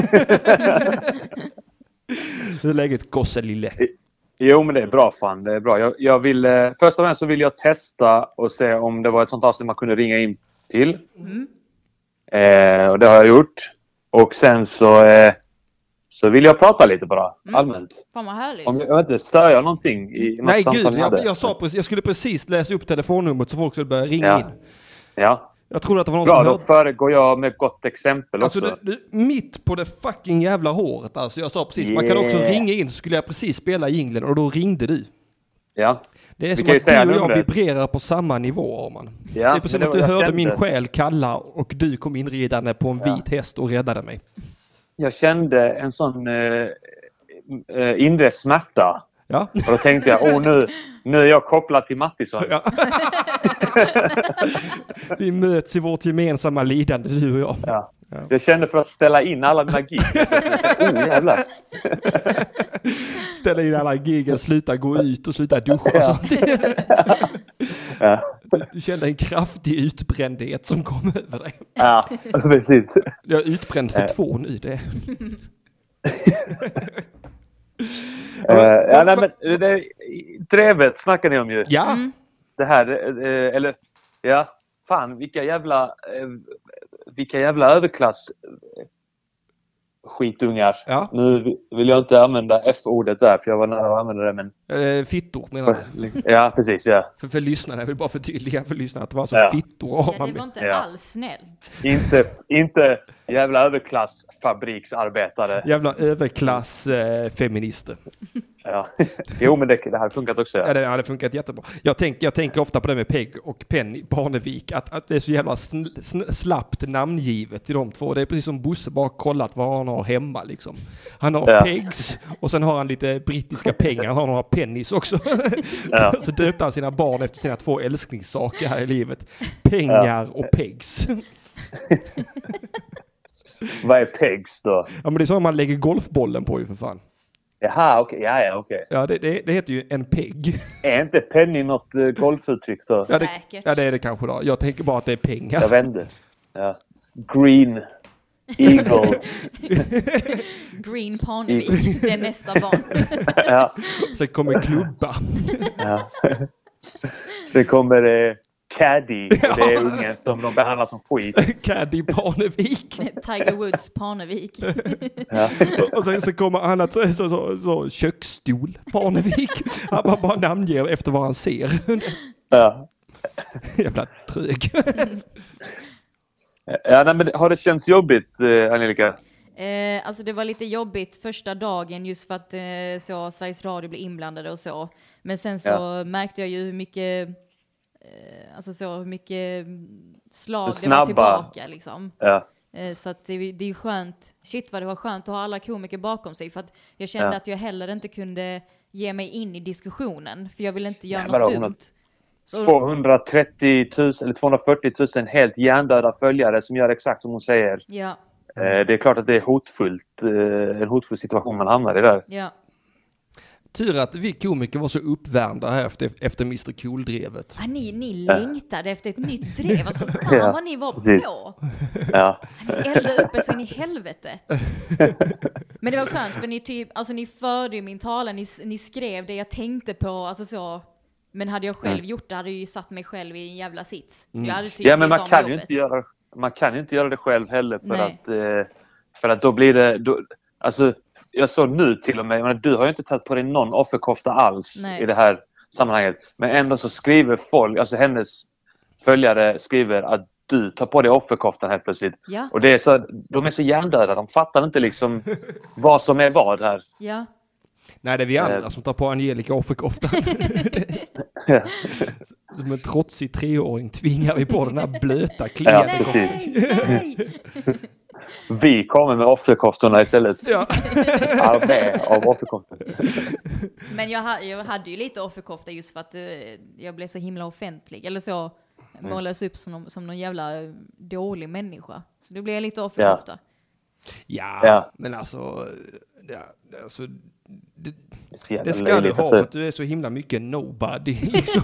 Hur är läget, gosselille? Jo, men det är bra, fan. Det är bra. Jag vill, först och främst så vill jag testa och se om det var ett sånt avsnitt man kunde ringa in till. Och det har jag gjort. Och sen så vill jag prata lite bara, allmänt. Fan vad härligt. Om jag inte stör jag någonting i något Nej, samtal gud. Jag skulle precis läsa upp telefonnumret så folk skulle börja ringa in. Ja. Jag trodde att det var någon bra, som då hörde... föregår jag med gott exempel alltså också. Mitt på det fucking jävla håret. Alltså jag sa precis, man kan också ringa in, så skulle jag precis spela jinglen och då ringde du. Ja. Det är som att du och jag vibrerar på samma nivå, Arman. Ja, det är precis som att du hörde min själ kalla och du kom inridande på en vit häst och räddade mig. Jag kände en sån inre smärta. Ja. Och då tänkte jag, nu är jag kopplad till Mattisson. Ja. Vi möts i vårt gemensamma lidande, du och jag. Ja. Jag kände för att ställa in alla mina gig. Jävlar. Ställa in alla gig, sluta gå ut och sluta duscha och sånt. Du kände en kraftig utbrändhet som kom över dig. Ja, precis. Jag är utbränd för 2 nu det. Ja, nej, men det, drevet snackar ni om ju. Ja. Det här, eller ja, fan vilka jävla överklass skitungar. Ja. Nu vill jag inte använda F-ordet där för jag var nära att använda det, men Fittor menar du? ja, precis, ja. För lyssnarna, jag vill bara förtydliga för lyssnarna att det var så fittor. Ja, det var inte alls snällt. Inte jävla överklass fabriksarbetare. Jävla överklass feminister. Ja. Jo, men det har funkat också. Ja, det hade funkat jättebra. Jag tänker ofta på det med Peg och Penny Parnevik, att det är så jävla slappt namngivet till de två. Det är precis som Bosse bara kollat vad han har hemma liksom. Han har Pegs och sen har han lite brittiska pengar. Han har några pennies också. Ja. Så döpte han sina barn efter sina 2 älsklingssaker här i livet. Pengar och Pegs. Vad är Pegs då? Ja, men det är så man lägger golfbollen på ju för fan. Jaha, okej. Ja, okej. Ja, det heter ju en peg. Är inte penny något golfuttryck då? Säkert. Ja, det är det kanske då. Jag tänker bara att det är pengar. Jag vände. Ja. Green Eagle. Green Parnevik, det är nästa barn. Ja. Sen kommer klubba. Ja. Sen kommer det Caddy. Och det är ungen som de behandlar som skit. Caddy Parnevik. Tiger Woods Parnevik. Ja. Och sen så kommer annat så köksstol Parnevik. Han bara namnger efter vad han ser. Ja. Jävla trög. Ja, nej, men har det känts jobbigt, Angelica? Alltså det var lite jobbigt första dagen just för att så Sveriges Radio blev inblandade och så. Men sen så märkte jag ju hur mycket hur mycket slag det var tillbaka liksom. Ja. Så att det är ju skönt. Shit vad det var skönt att ha alla komiker bakom sig, för att jag kände att jag heller inte kunde ge mig in i diskussionen, för jag ville inte göra något dumt. 230 000 eller 240 000 helt hjärndöda följare som gör exakt som hon säger. Ja. Det är klart att det är en hotfull situation man hamnar i där. Ja. Tur att vi komiker var så uppvärmda här efter Mr. Cool-drevet. Ja, ni längtade efter ett nytt drev. Alltså fan vad ni var på. Ja. Ni eldade upp er så in i helvete. Men det var skönt för ni förde ju min talan. Ni skrev det jag tänkte på. Alltså så. Men hade jag själv gjort det hade jag ju satt mig själv i en jävla sits. Jag hade Ja, men man kan ju inte göra det själv heller för att då blir det alltså jag såg nu till och med, men du har ju inte tagit på dig någon offerkofta alls i det här sammanhanget. Men ändå så skriver folk, alltså hennes följare skriver att du tar på dig offerkoftan helt plötsligt. Ja. Och det är så, de är så hjärndöda, de fattar inte liksom vad som är vad här. Ja. Nej, det är vi andra som tar på Angelica offerkoftan. Som en trotsig 3-åring tvingar vi på den här blöta klienten. Ja, precis. Vi kommer med offerkoftorna istället. Ja. Av offerkoftor. Men jag hade ju lite offerkofta just för att jag blev så himla offentlig. Eller så målades upp som någon jävla dålig människa. Så då blev jag lite offerkofta. Ja. Men alltså... Det ska du ha för att du är så himla mycket nobody liksom.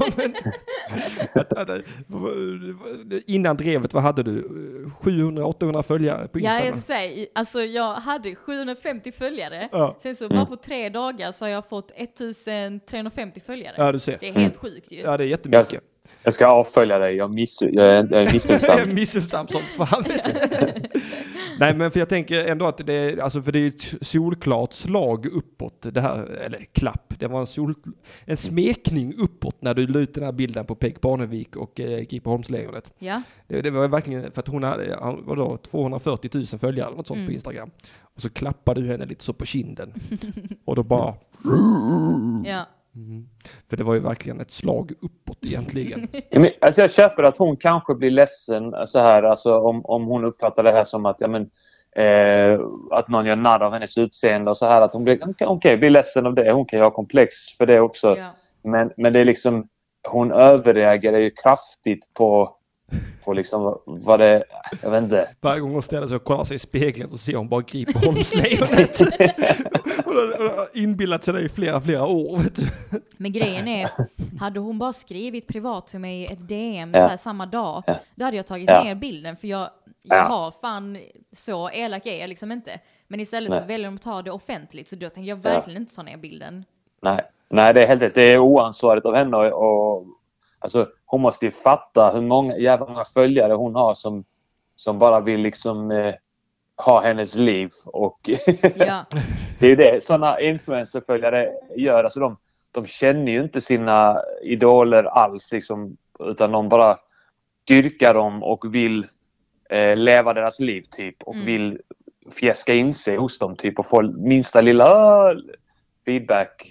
Innan drevet, vad hade du? 700-800 följare på Instagram? Ja, jag säger, alltså jag hade 750 följare. Sen så bara på 3 dagar så har jag fått 1350 följare. Ja, du ser. Det är helt sjukt ju. Ja, det är jättemycket. Jag ska avfölja dig, jag är missunnsam. Jag är missunnsam som fan. Nej, men för jag tänker ändå att det är, alltså för det är ett solklart slag uppåt det här, eller klapp. Det var en smekning uppåt när du lutade den här bilden på Peg Parnevik och Kipaholmslejonet. Ja. Det var verkligen för att hon hade 240 000 följare eller något sånt på Instagram. Och så klappade du henne lite så på kinden. Och då bara... Ja. För det var ju verkligen ett slag uppåt egentligen. Alltså jag köper att hon kanske blir ledsen så här, alltså om hon uppfattar det här som att att någon gör narr av hennes utseende och så här, att hon blir ledsen av det. Hon kan ju ha komplex för det också. Ja. Men det är liksom, hon överreagerar ju kraftigt på liksom vad det, jag vet inte. Varje gång hon ställer sig och kollar sig i spegeln och ser hon bara Kipaholmslejonet. Inbillat sig det i flera år, vet du. Men grejen är, hade hon bara skrivit privat till mig ett DM så här, samma dag, då hade jag tagit ner bilden. För jag har fan, så elak är jag liksom inte. Men istället så väljer de att ta det offentligt. Så då tänker jag verkligen inte ta ner bilden. Nej, det är helt rätt. Det är oansvarigt av henne. Och alltså, hon måste ju fatta hur många följare hon har som bara vill liksom ha hennes liv. Och det är ju det sådana influencerföljare gör. Alltså de känner ju inte sina idoler alls liksom, utan de bara dyrkar dem och vill leva deras liv typ. Och vill fjäska in sig hos dem typ och få minsta lilla feedback.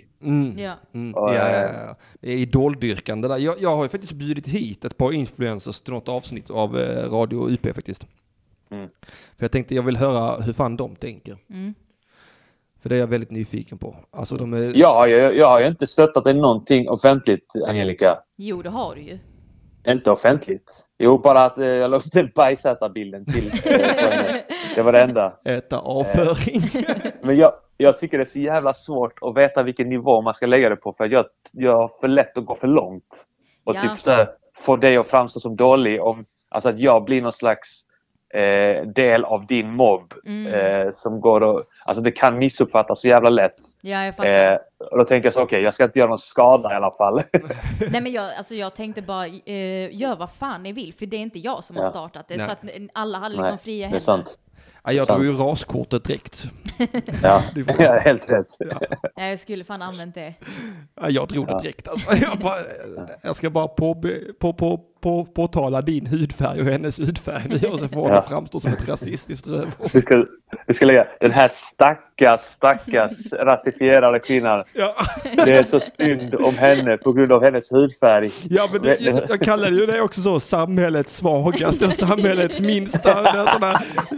Det är idoldyrkande där. Jag har ju faktiskt bjudit hit ett par influencers till något avsnitt av Radio UP faktiskt. För jag tänkte jag vill höra hur fan de tänker. För det är jag väldigt nyfiken på. Alltså de är... Jag har ju inte stöttat dig någonting offentligt, Angelica. Jo, det har du ju. Inte offentligt. Jo, bara att jag la upp den bajsätarbilden till. Det var det enda. Äta avföring. Men jag tycker det är så jävla svårt att veta vilken nivå man ska lägga det på. För jag har för lätt att gå för långt. Och typ så här, få dig att framstå som dålig. Alltså att jag blir någon slags del av din mobb. Som går och... Alltså det kan missuppfattas så jävla lätt. Ja, jag fattar. Och då tänker jag så, okej, jag ska inte göra någon skada i alla fall. Nej, men jag tänkte bara, gör vad fan ni vill. För det är inte jag som har startat det. Nej. Så att alla hade liksom fria händer. Det är sant. Ja, jag drog ju raskortet direkt. Ja, helt rätt. Ja, jag skulle fan använt det. Ja, jag drog det direkt. Alltså, jag ska bara påtala din hudfärg och hennes hudfärg nu, och så får det framstå som ett rasistiskt rövhål. Vi ska lägga den här stackars rasifierade kvinnan. Ja. Det är så synd om henne på grund av hennes hudfärg. Ja, men jag kallar ju det också så, samhällets svagaste och samhällets minsta. Sådana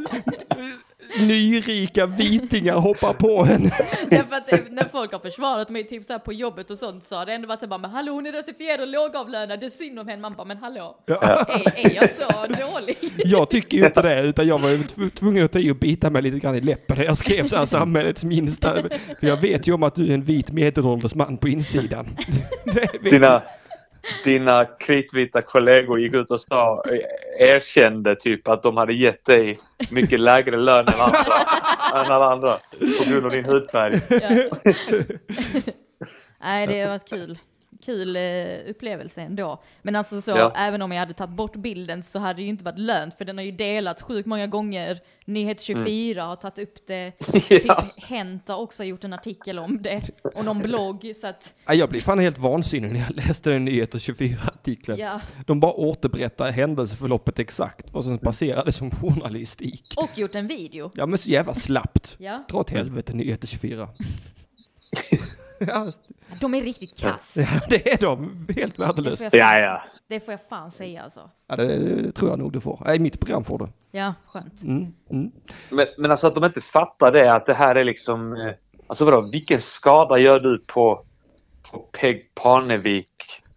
nyrika vitingar hoppar på henne. Därför att när folk har försvarat mig typ så här på jobbet och sånt, så har det ändå varit så bara, men hallå, hon är rasifierad och lågavlönad, det är synd om henne. Man bara, men hallå, är jag så dålig? Jag tycker ju inte det, utan jag var tvungen att ta i och bita mig lite grann i läppen. Jag skrev så här, samhällets minsta, för jag vet ju om att du är en vit medelålders man på insidan. Dina kritvita kollegor gick ut och erkände typ att de hade gett dig mycket lägre lön än alla andra på grund av din hudfärg. Ja. Nej, det har varit kul upplevelse ändå. Men alltså så, även om jag hade tagit bort bilden så hade det ju inte varit lönt, för den har ju delats sjukt många gånger. Nyhet 24 har tagit upp det. Typ Hänt har också gjort en artikel om det. Och någon blogg, så att... Jag blev fan helt vansinnig när jag läste den Nyhet 24-artikeln. Ja. De bara återberättar händelseförloppet exakt vad som passerade som journalistik. Och gjort en video. Ja, men så jävla slappt. Dra åt helvete, Nyhet 24. Ja. De är riktigt kass. Ja, det är de. Helt värdelöst. Det får jag fan säga alltså. Ja, det tror jag nog du får. I mitt program får du. Ja, skönt. Men alltså att de inte fattar det, att det här är liksom... Alltså vadå, vilken skada gör du på Peg Parnevik?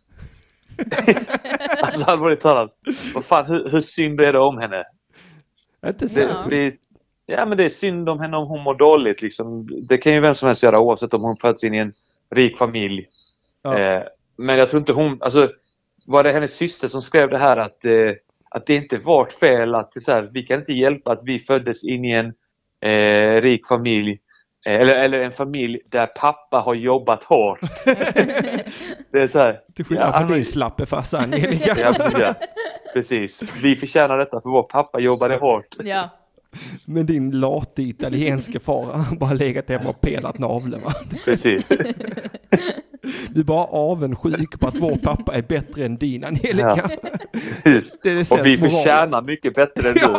Alltså allvarligt talat. Vad fan, hur synd är det om henne? Inte så. Ja, men det är synd om henne om hon mår dåligt. Liksom. Det kan ju vem som helst göra, oavsett om hon föds in i en rik familj. Ja. Men jag tror inte hon... Alltså, var det hennes syster som skrev det här att det inte är vårt fel att så här, vi kan inte hjälpa att vi föddes in i en rik familj. Eller en familj där pappa har jobbat hårt. Det är så här... Till skillnad från din slappefarsa, Angelica. Ja, precis. Vi förtjänar detta för vår pappa jobbade hårt. Ja. Men din late italienska far har bara legat hemma och pelat naveln, va? Precis. Du är bara avundsjuk på att vår pappa är bättre än din, Angelica. Ja. Det och vi förtjänar mycket bättre än du.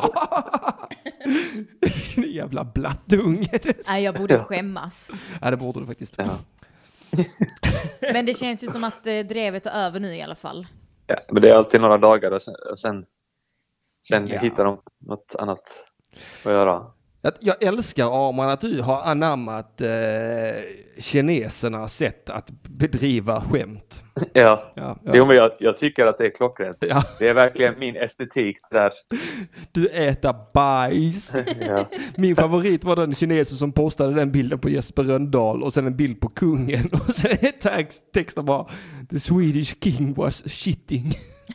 Jävla blattunge. Nej, jag borde skämmas. Ja, det borde du faktiskt. Ja. Men det känns ju som att drevet är över nu i alla fall. Ja, men det är alltid några dagar och sen hittar de något annat att göra. Jag älskar Arman att du har anammat kinesernas sätt att bedriva skämt. Ja. Ja. Jo, men jag tycker att det är klockrent. Ja. Det är verkligen min estetik där. Du äter bajs. Ja. Min favorit var den kinesen som postade den bilden på Jesper Rönndahl och sen en bild på kungen och sen är texten bara The Swedish king was shitting.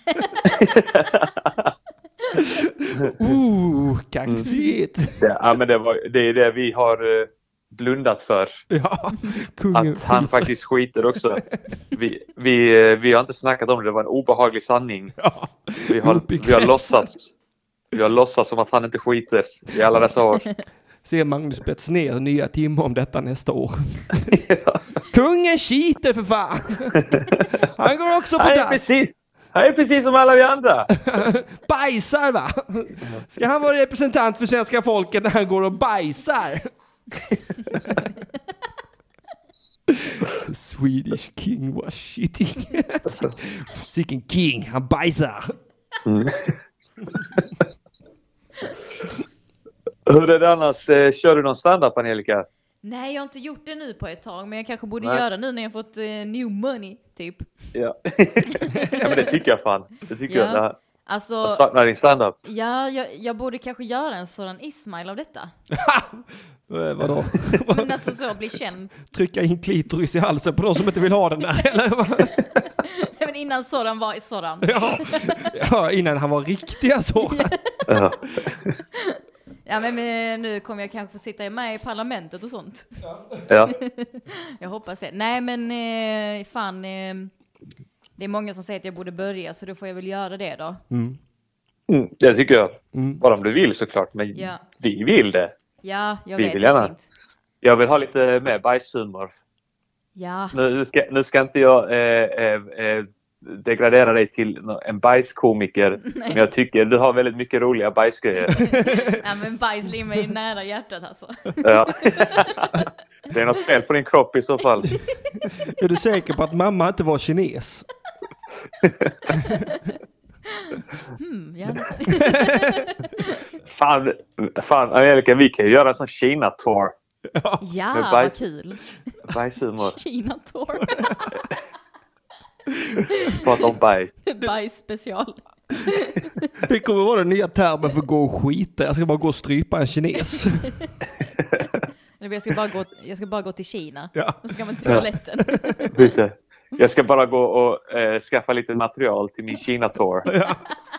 Kaxigt. Ja, men det är det vi har blundat för. Ja, kungen att han skiter. faktiskt skiter också. Vi har inte snackat om det. Det var en obehaglig sanning. Ja. Vi har låtsats som att han inte skiter i alla dessa år. Se Magnus Betts ner nya timmar om detta nästa år. Ja. Kungen skiter för fan. Han går också på dass. Han är precis som alla vi andra. Bajsar va? Ska han vara representant för svenska folket när han går och bajsar? The Swedish king was shitting. Sicken king, han bajsar. Hur är det annars? Kör du någon stand-up, Angelica? Nej, jag har inte gjort det nu på ett tag, men jag kanske borde göra nu när jag fått new money, typ. Ja. Ja, men det tycker jag fan. Det tycker jag. Alltså, jag saknar din stand-up. Ja, jag borde kanske göra en sådan Ismail av detta. Vadå? Men alltså så, bli känd. Trycka in klitoris i halsen på de som inte vill ha den där, eller? Nej, men innan sådan var sådan. Ja, innan han var riktiga sådan. Ja. Ja, men nu kommer jag kanske få sitta med i parlamentet och sånt. Ja. Jag hoppas det. Nej, men det är många som säger att jag borde börja, så då får jag väl göra det då. Det tycker jag. Bara om du vill såklart, men vi vill det. Ja, jag vi vet. Vill Det är gärna. fint. Jag vill ha lite mer bajshumor. Ja. Nu ska inte jag degradera dig till en bajskomiker. Nej. Men jag tycker du har väldigt mycket roliga bajsgrejer. Ja, men bajs ligger mig nära hjärtat alltså. Ja. Det är något fel på din kropp i så fall. Är du säker på att mamma inte var kines? Fan, Angelica, vi kan ju göra en sån Kina-tour. Ja, vad kul. Bajshumor. Kina-tour. Prata om baj. Bajs-special. Det kommer vara den nya termen för gå och skita. Jag ska bara gå och strypa en kines. Jag ska bara gå till Kina. Ja. Och så ska man till toaletten. Byte. Jag ska bara gå och skaffa lite material till min Kina-tour. Ja.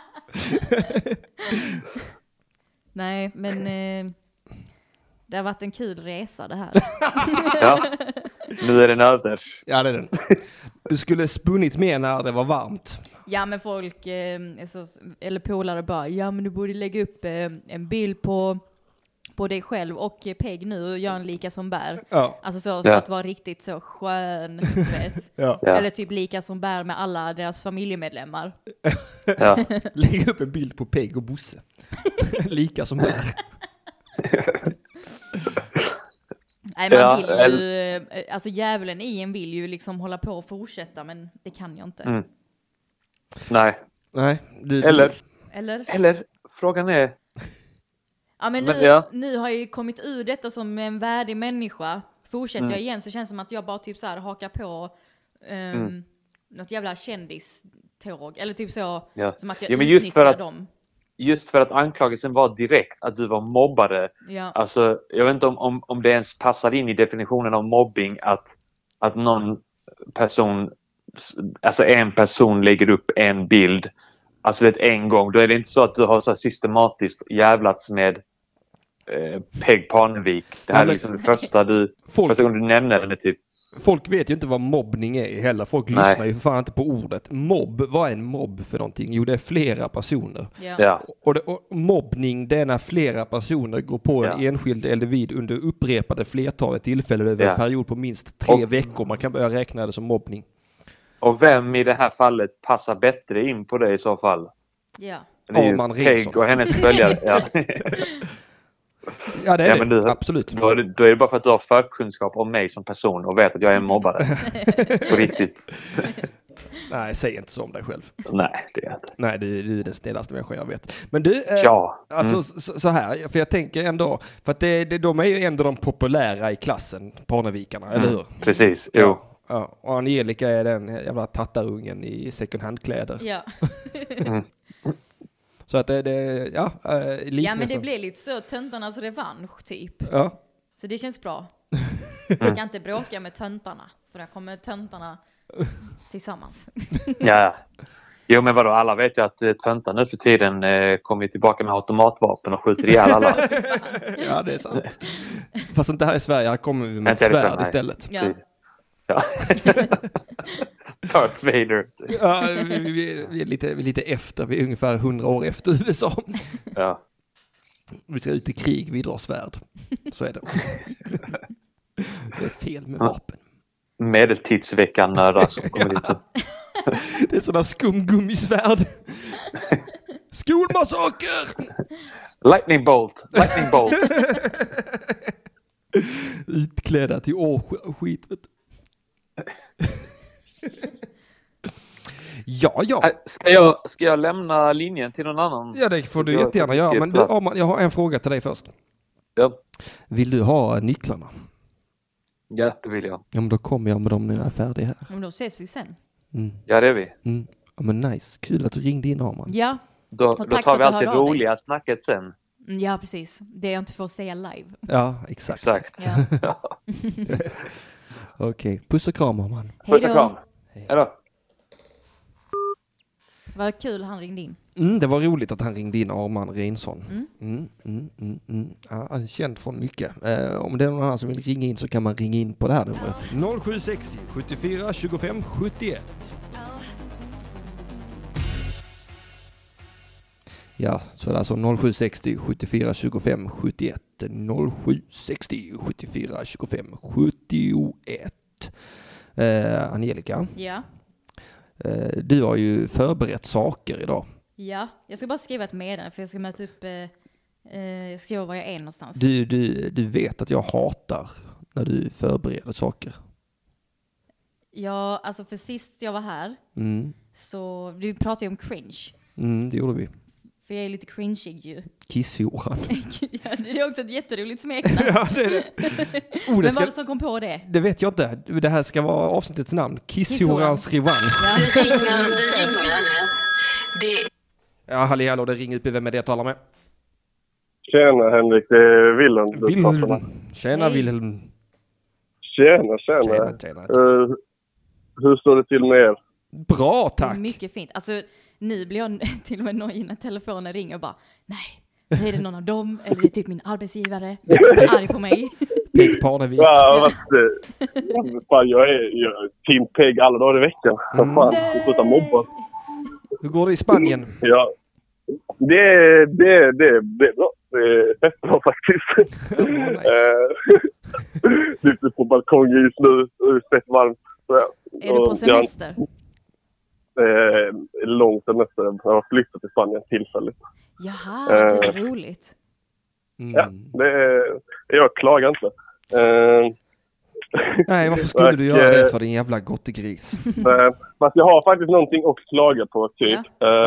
Nej, men det har varit en kul resa det här. Ja, nu är den över. Ja, det är den. Du skulle spunnit med när det var varmt. Ja, men folk, eller polare bara, ja men du borde lägga upp en bild på dig själv och Peg nu och göra en lika som bär. Ja. Alltså så för att vara riktigt så skön, vet. Ja. Eller typ lika som bär med alla deras familjemedlemmar. Ja. Lägg upp en bild på Peg och Bosse. Lika som där. Nej, man vill ju, alltså djävulen i en vill ju liksom hålla på och fortsätta, men det kan jag inte. Nej. Eller frågan är... Ja, men nu har jag ju kommit ur detta som en värdig människa. Fortsätter jag igen så känns det som att jag bara typ så här hakar på något jävla kändiståg. Eller typ så, som att jag utnyttjar dem. Just för att anklagelsen var direkt att du var mobbare. Ja. Alltså, jag vet inte om det ens passar in i definitionen av mobbing att någon person, alltså en person lägger upp en bild, alltså det en gång. Då är det inte så att du har så systematiskt jävlats med Peg Parnevik. Det här är liksom det första gången du nämner den typ. Folk vet ju inte vad mobbning är heller. Folk lyssnar ju för fan inte på ordet. Vad är en mobb för någonting? Jo, det är flera personer. Ja. Och mobbning, det är när flera personer går på en enskild individ under upprepade flertalet tillfällen över en period på minst 3 veckor. Man kan börja räkna det som mobbning. Och vem i det här fallet passar bättre in på det i så fall? Ja. Det är ju Peg och hennes följare. Ja, det är det. Absolut. Då är det bara för att du har förkunskap om mig som person och vet att jag är en mobbare. På riktigt. Nej, säg inte så om dig själv. Nej, det är inte. Nej, du är den snällaste människan jag vet. Men du, alltså så här, för jag tänker ändå, för att de är ju ändå de populära i klassen, Parnevikarna, eller hur? Precis, jo. Ja. Och Angelica är den jävla tattarungen i second hand-kläder. Ja. Så att det Ja, men det blir lite så töntarnas revansch typ. Ja. Så det känns bra. Jag ska inte bråka med töntarna, för där kommer töntarna tillsammans. Ja. Jo, men vadå, alla vet ju att töntar nu för tiden kommer tillbaka med automatvapen och skjuter ihjäl alla. Ja, det är sant. Fast inte här i Sverige, här kommer vi med ett svärd istället. Ja. Darth Vader. Ja, vi är lite efter, vi är ungefär 100 år efter USA. Ja. Vi ska ut i krig, vi drar svärd. Så är det. Det är fel med vapen. Medeltidsveckan nördar som kommer dit. Det är sådana skumgummisvärd. Skolmassaker! Lightning bolt. Utklädda till skit, vet du. Ja. Ska jag lämna linjen till någon annan? Ja, det får du jättegärna göra. Men du, Arman, jag har en fråga till dig först. Ja. Vill du ha nycklarna? Ja, det vill jag. Ja, men då kommer jag med dem när jag är färdig här. Men då ses vi sen. Ja, det är vi. Ja, men nice. Kul att du ringde in, Arman. Ja. Då tar vi alltid roliga snacket sen. Ja, precis. Det jag inte får säga live. Ja, exakt. Ja. Okej. Puss och kram, Arman. Puss och kram. Hej då. Vad kul han ringde in. Det var roligt att han ringde in, Arman Reinsson. Ja, han är känd från mycket. Om det är någon annan som vill ringa in så kan man ringa in på det här numret. 0760 74 25 71. Ja, så det är alltså 0760 74 25 71. 0760 74 25 71. Angelica. Ja. Du har ju förberett saker idag. Ja, jag ska bara skriva ett meddelande för jag ska möta upp, jag skriver var jag är någonstans. Du vet att jag hatar när du förbereder saker. Ja, alltså för sist jag var här så du pratade ju om cringe. Det gjorde vi. För jag är lite cringeig ju. Kissjoran. Ja, det är också ett jätteroligt smeknamn. Ja, det är det. Vem var det som kom på det? Det vet jag inte. Det här ska vara avsnittets namn. Kissjorans revansch. Ja, hallå, det ringer upp. Vem är det jag talar med? Tjena Henrik, det är Wilhelm. Tjena Wilhelm. Tjena. Hur står det till med er? Bra, tack. Mycket fint. Alltså, nu blir jag till och med nöjd när telefonen ringer och bara, nej, är det någon av dem? Eller är det typ min arbetsgivare? Jag är arg på mig. Peg Parnevik. Fan, jag är Team Peg alla dagar i veckan. Fan, jag slutar mobba. Hur går det i Spanien? Ja, det är bra. Det är fett bra faktiskt. Lite på balkongen just nu. Det är fett varmt. Är du på semester? Lång semester. Jag har flyttat till Spanien tillfälligt. Jaha, det är roligt. Ja, jag klagar inte. Nej, varför skulle du göra det för din jävla gottegris? Fast jag har faktiskt någonting att klaga på, typ.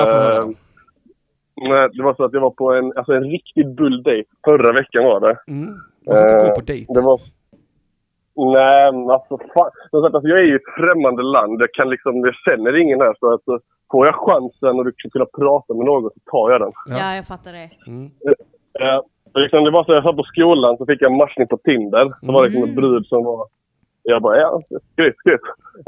Nej, det var så att jag var på en riktig bulldate. Förra veckan var det. Och så inte gå på dejt. Det var... Nej, alltså fan. Alltså, jag är ju i ett främmande land. Jag känner ingen här. Så alltså, får jag chansen och du kan kunna prata med någon så tar jag den. Ja, jag fattar det. Det var så jag satt på skolan så fick jag en matchning på Tinder. Så var det en brud som var... Jag bara, skrev.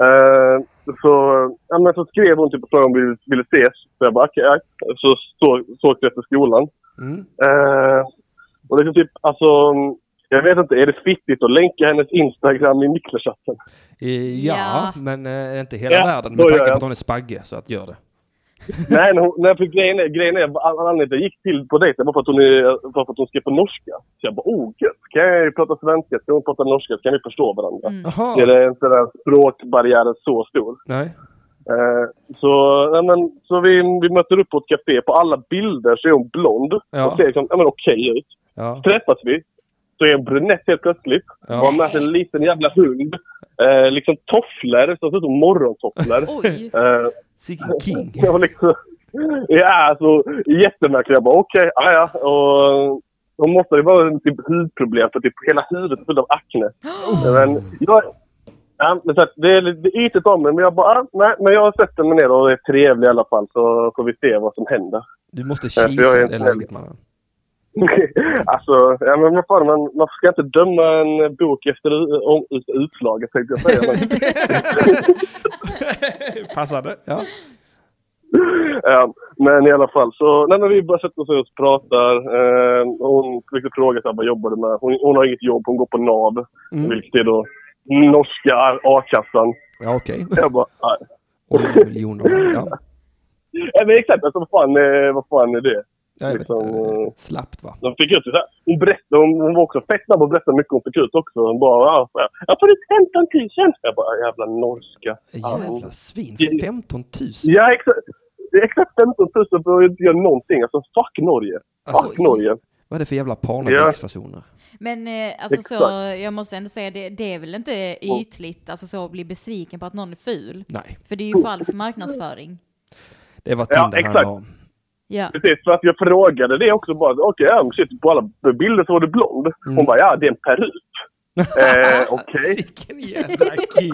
Så skrev hon typ och frågade om vi ville ses. Så jag bara, okej. Så såg jag efter skolan. Och det är typ, alltså... Jag vet inte, är det fittigt att länka hennes Instagram i Miklerchatten? Ja, men inte hela världen med tanke på att hon är spagge, så att gör det. Nej, för grejen är anledningen att jag gick till på dejten var för att hon skrev på norska. Så jag bara, gud, kan jag prata svenska? Ska hon prata norska? Kan vi förstå varandra? Det är inte den språkbarriären så stor. Nej. Så vi möter upp på ett café. På alla bilder så är hon blond. Och ser liksom, okej ut. Ja. Träffas vi. så är en brunett helt plötsligt. Och har med sig en liten jävla hund. Liksom tofflor, så ser ut som morgontofflor. Oj. Sicken king. Liksom, alltså jättemärkligt. Jag bara okej, ja. Och hon måste ju vara en typ hudproblem för typ hela huvudet är fullt av akne. Men men så att det är lite ytligt om mig, men jag bara, nej, men jag sätter mig ner och är trevlig i alla fall, så får vi se vad som händer. Du måste kisa det läget, mannen. Alltså, ja, men vad fan, man ska inte döma en bok efter utslaget, tänkte jag säga. Passade, ja. Men i alla fall så, när vi bara sätter oss och pratar, hon liksom frågar vad jobbar du med. Hon har inget jobb, hon går på NAV, vilket är då norska A-kassan. Ja, okej. Jag bara, nej. 8 miljoner, ja. Ja, men exakt, alltså vad fan är det? Jag liksom, vet, slappt va? De fick ut det där. Hon berättade, hon var också fett snabb och berättade mycket hon fick ut också. Hon bara, jag får ut 15 000. Jag bara, jävla norska. Jävla svin, 15 000. Ja, exakt 15 000 för att inte göra någonting. Alltså, fuck Norge. Alltså, fuck Norge. Vad är det för jävla parnabilsfasoner? Men alltså så, jag måste ändå säga, det är väl inte ytligt alltså så att bli besviken på att någon är ful. Nej. För det är ju falsk marknadsföring. Det var Tinder handlar om. Ja. Precis, för att jag frågade det också bara, okej, shit, på alla bilder så var du blond. Hon bara, ja, det är en peruk. Okej. Sicken jävla king.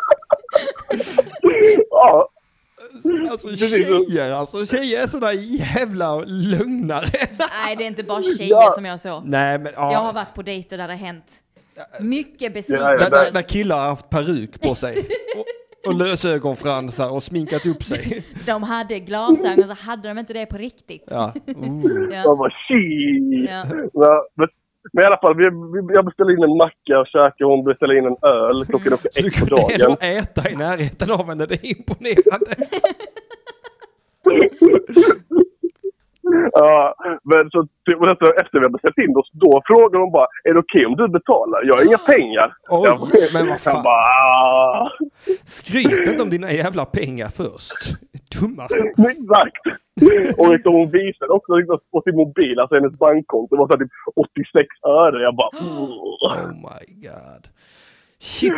Ja. Alltså tjejer är sådana jävla lögnare. Nej, det är inte bara tjejer som jag så. Nej, men jag har varit på dejter där det har hänt mycket besvikelse. Där killar har haft peruk på sig. Och lösögonfransar och sminkat upp sig. De hade glasögon och så hade de inte det på riktigt. Ja. Jag var shit. Ja. Men i alla fall, jag beställde in en macka och käkade, hon beställde in en öl klockan upp 1 på dagen. Så du kunde äta i närheten av henne, det är imponerande. Ja, men så efter vi har beställt in oss, då frågar de bara, är det okej om du betalar? Jag har inga pengar. Men vad fan? Skryt inte om dina jävla pengar först. Dumma. Exakt. Och liksom hon visade också liksom på sin mobil, alltså hennes bankkonto var så typ 86 öre. Jag bara, oh my god. Shit.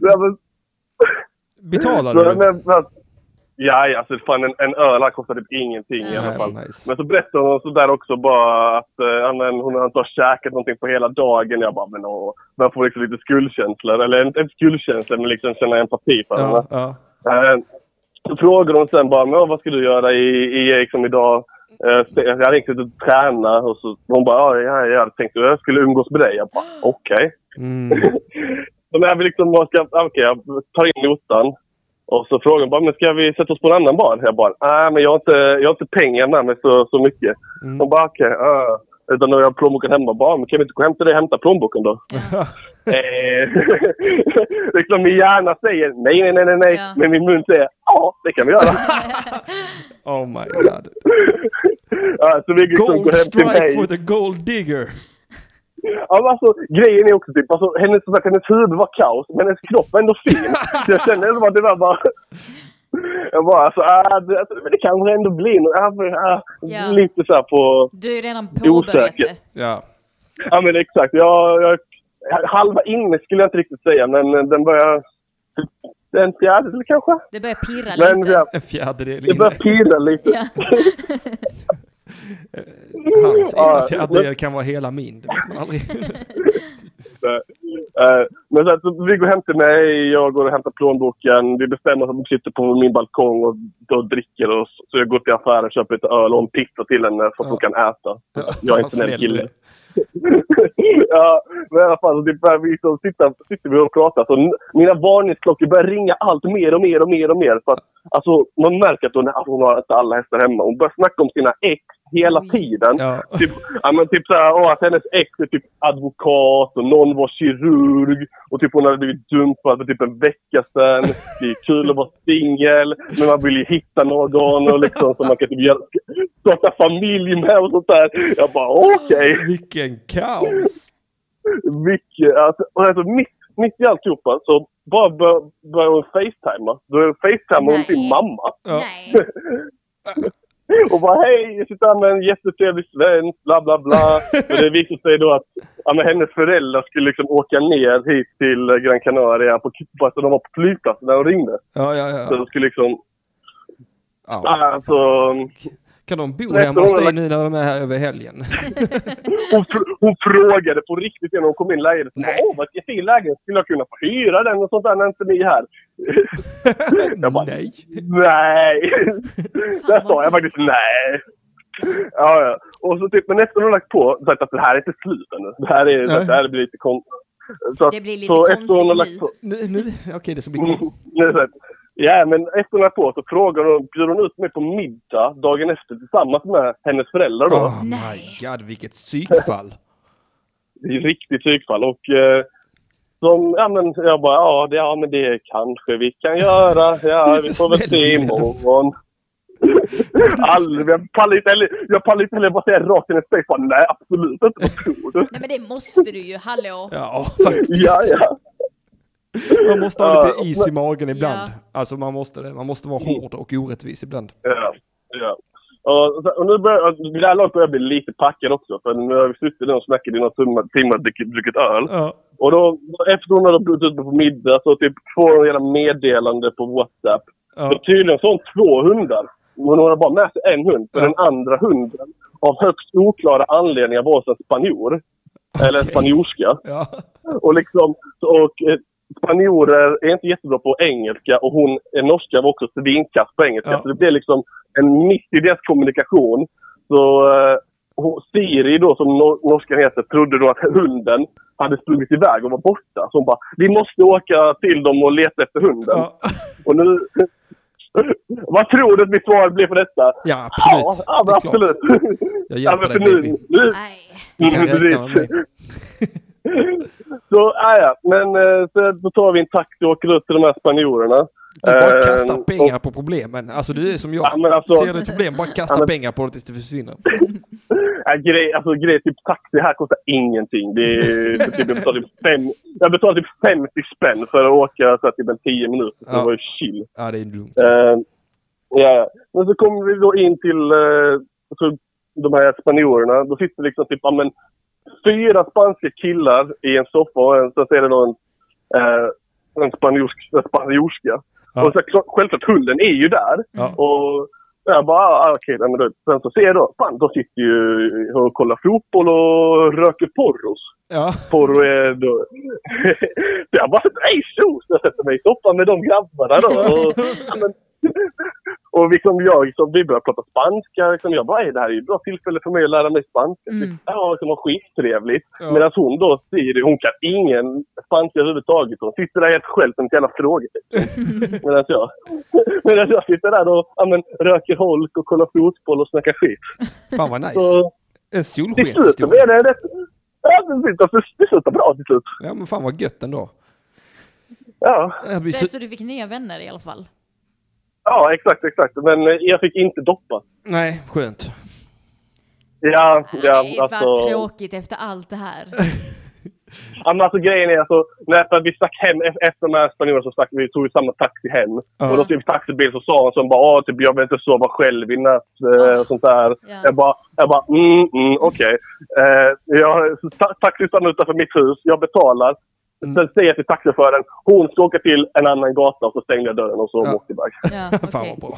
Betalar du? Ja, alltså fan en öl här kostar typ ingenting i alla fall. Nice. Men så berättade hon så där också bara att hon har inte käkat någonting på hela dagen. Jag bara, man får liksom lite skuldkänslor. Eller inte skuldkänslor, men liksom känna empati för henne. Så frågade hon sen bara, vad ska du göra i liksom idag? Jag hade inte att träna. Och så hon bara, jag hade tänkt att jag skulle umgås med dig. Jag bara, okej. Så när vi liksom jag tar in notan. Och så frågade hon bara, men ska vi sätta oss på en annan bar? Jag bara, nej, men jag har inte pengar med mig så mycket. Hon bara, okej. Utan när jag har plånboken hemma, bara, men kan vi inte gå hem till dig och hämta plånboken då? Liksom min hjärna säger, nej. Ja. Men min mun säger, ja, det kan vi göra. Oh my god. Så vi liksom gold strike for the gold digger. Ja, alltså, grejen är också typ, alltså, hennes huvud var kaos, men hennes kropp var ändå fin. Så jag kände att det var bara... Jag bara, men det kan ändå bli lite så här på... Du är redan påbörjat det. Ja, men exakt. Jag halva inne skulle jag inte riktigt säga, men den börjar... En fjärdedel kanske? Det börjar pirra lite. En fjärdedel. Det börjar pirra lite. Ja. Hans ena fjärdedel kan vara hela min. Det vet man aldrig. Men så vi går hem till mig, jag går och hämtar plånboken, vi bestämmer att vi sitter på min balkong och då dricker och så jag går till affären och köper lite öl och en pizza till henne så att hon kan äta. Jag är inte en kille. Ja, men i alla fall vi sitter vi och pratar så mina varningsklockor börjar ringa allt mer för att alltså man märker att hon har inte alla hästar hemma. Hon börjar snacka om sina ex hela tiden. Ja. Typ såhär, att hennes ex är typ advokat och någon var kirurg och typ hon hade blivit dumpad för typ en vecka sedan. Det är kul att vara singel, men man vill ju hitta någon och liksom så man kan typ starta familj med och sånt där. Jag bara, okej. Vilken kaos. Mycket, alltså mitt i alltihopa så bara börjar hon facetima. Då facetimar hon sin mamma. Nej. Och bara hej, jag sitter här med en jättetrevlig svensk, bla bla bla. Och det visade sig då att hennes föräldrar skulle liksom åka ner hit till Gran Canaria fast de var på flygplatsen när de ringde. Ja. Så de skulle liksom... Alltså... Kan de bo hemma hos dig nu när de är här över helgen? Hon frågade på riktigt när hon kom in i lägenheten. Vad fin lägenhet, skulle jag kunna få hyra den och sånt där när inte ni är här? Jag bara, nej. Där sa jag faktiskt nej. Ja. Och så typ, men efter hon har lagt på sagt att det här är inte slut ännu. Det här blir lite konstigt. Det blir lite konstigt nu. Okej, det ska bli konstigt. Ja, men efter hon har på så bjuder hon ut mig på middag dagen efter tillsammans med hennes föräldrar då. Oh my god, vilket psykfall. Det är riktigt psykfall och jag bara, men det kanske vi kan göra. Ja, vi får väl se imorgon. Jag pallar inte heller bara säga rakt in i face. Nej, absolut inte. Vad tror du? Nej, men det måste du ju, hallå. Ja, faktiskt. Ja. Man måste ha lite is i magen ibland. Alltså man måste vara hård och orättvis ibland. Ja. Och nu börjar det här laget börjar bli lite packad också. För nu har vi suttit där och snackat i några timmar och druckit öl. Ja. Och då efter hon hade blivit ute på middag så typ får hon gärna meddelande på WhatsApp. Ja. Så tydligen så har hon 2 hundar. Men hon har bara med sig en hund. För den andra hunden av högst oklara anledningar var en spanjor. Okay. Eller en spanjorska. Ja. Och liksom... spanjorer är inte jättebra på engelska och hon är norska var också svinkast på engelska. Ja. Så det blev liksom en miss i deras kommunikation. Så Siri då som norskan heter trodde då att hunden hade sprungit iväg och var borta. Så hon bara, vi måste åka till dem och leta efter hunden. Ja. Och nu... Vad tror du att mitt svar blir på detta? Ja, absolut. Ja, men absolut. Jag hjälper dig, baby. Nej. Så, men så då tar vi en taxi och åker ut till de här spanjorerna. Du bara kastar pengar på problemen. Alltså du är som jag. Ser du ett problem, bara kasta pengar på det tills det försvinner. Grej typ taxi här kostar ingenting. Det är typ, jag betalar typ 50 spänn för att åka så typ 10 minuter. Så det var ju chill. Ja, det är lugnt. Men så kommer vi då in till de här spanjorerna. Då sitter liksom typ 4 spanska killar i en soffa och så är det då en spanjorska. Ja. Och så självklart hunden är ju där. Ja. Och jag bara, okej, men då, sen så ser jag då sitter ju och kollar fotboll och röker porros. Ja. Porro är då... jag bara, nej, jag sätter mig i soffan med de grabbarna då. Och vi började prata spanska. Jag bara, det här är ju ett bra tillfälle för mig att lära mig spanska. Ja, det var skittrevligt. Ja. Medan hon då säger hon kan ingen spanska överhuvudtaget. Hon sitter där helt själv som en jävla fråga. Medan jag sitter där och röker holk och kollar fotboll och snackar skit. Fan vad nice. Så, en solskenshistoria. Det slutar bra till slut. Ja, men fan vad gött ändå. Ja. Så du fick nya vänner i alla fall? Ja, exakt. Men jag fick inte doppa. Nej, skönt. Ja, vad tråkigt efter allt det här. Ja, men alltså grejen är när vi stack hem efter de här spanjorerna så vi tog samma taxi hem. Och då typ taxibil så sa han som bara, typ jag vill inte sova själv i natt och sånt där. Yeah. Jag bara, okej. Taxi stannar utanför mitt hus, jag betalar. Sen säger jag till taxichauffören, hon ska åka till en annan gata och så stänger jag dörren och så åker iväg. Ja, okay. Fan vad bra.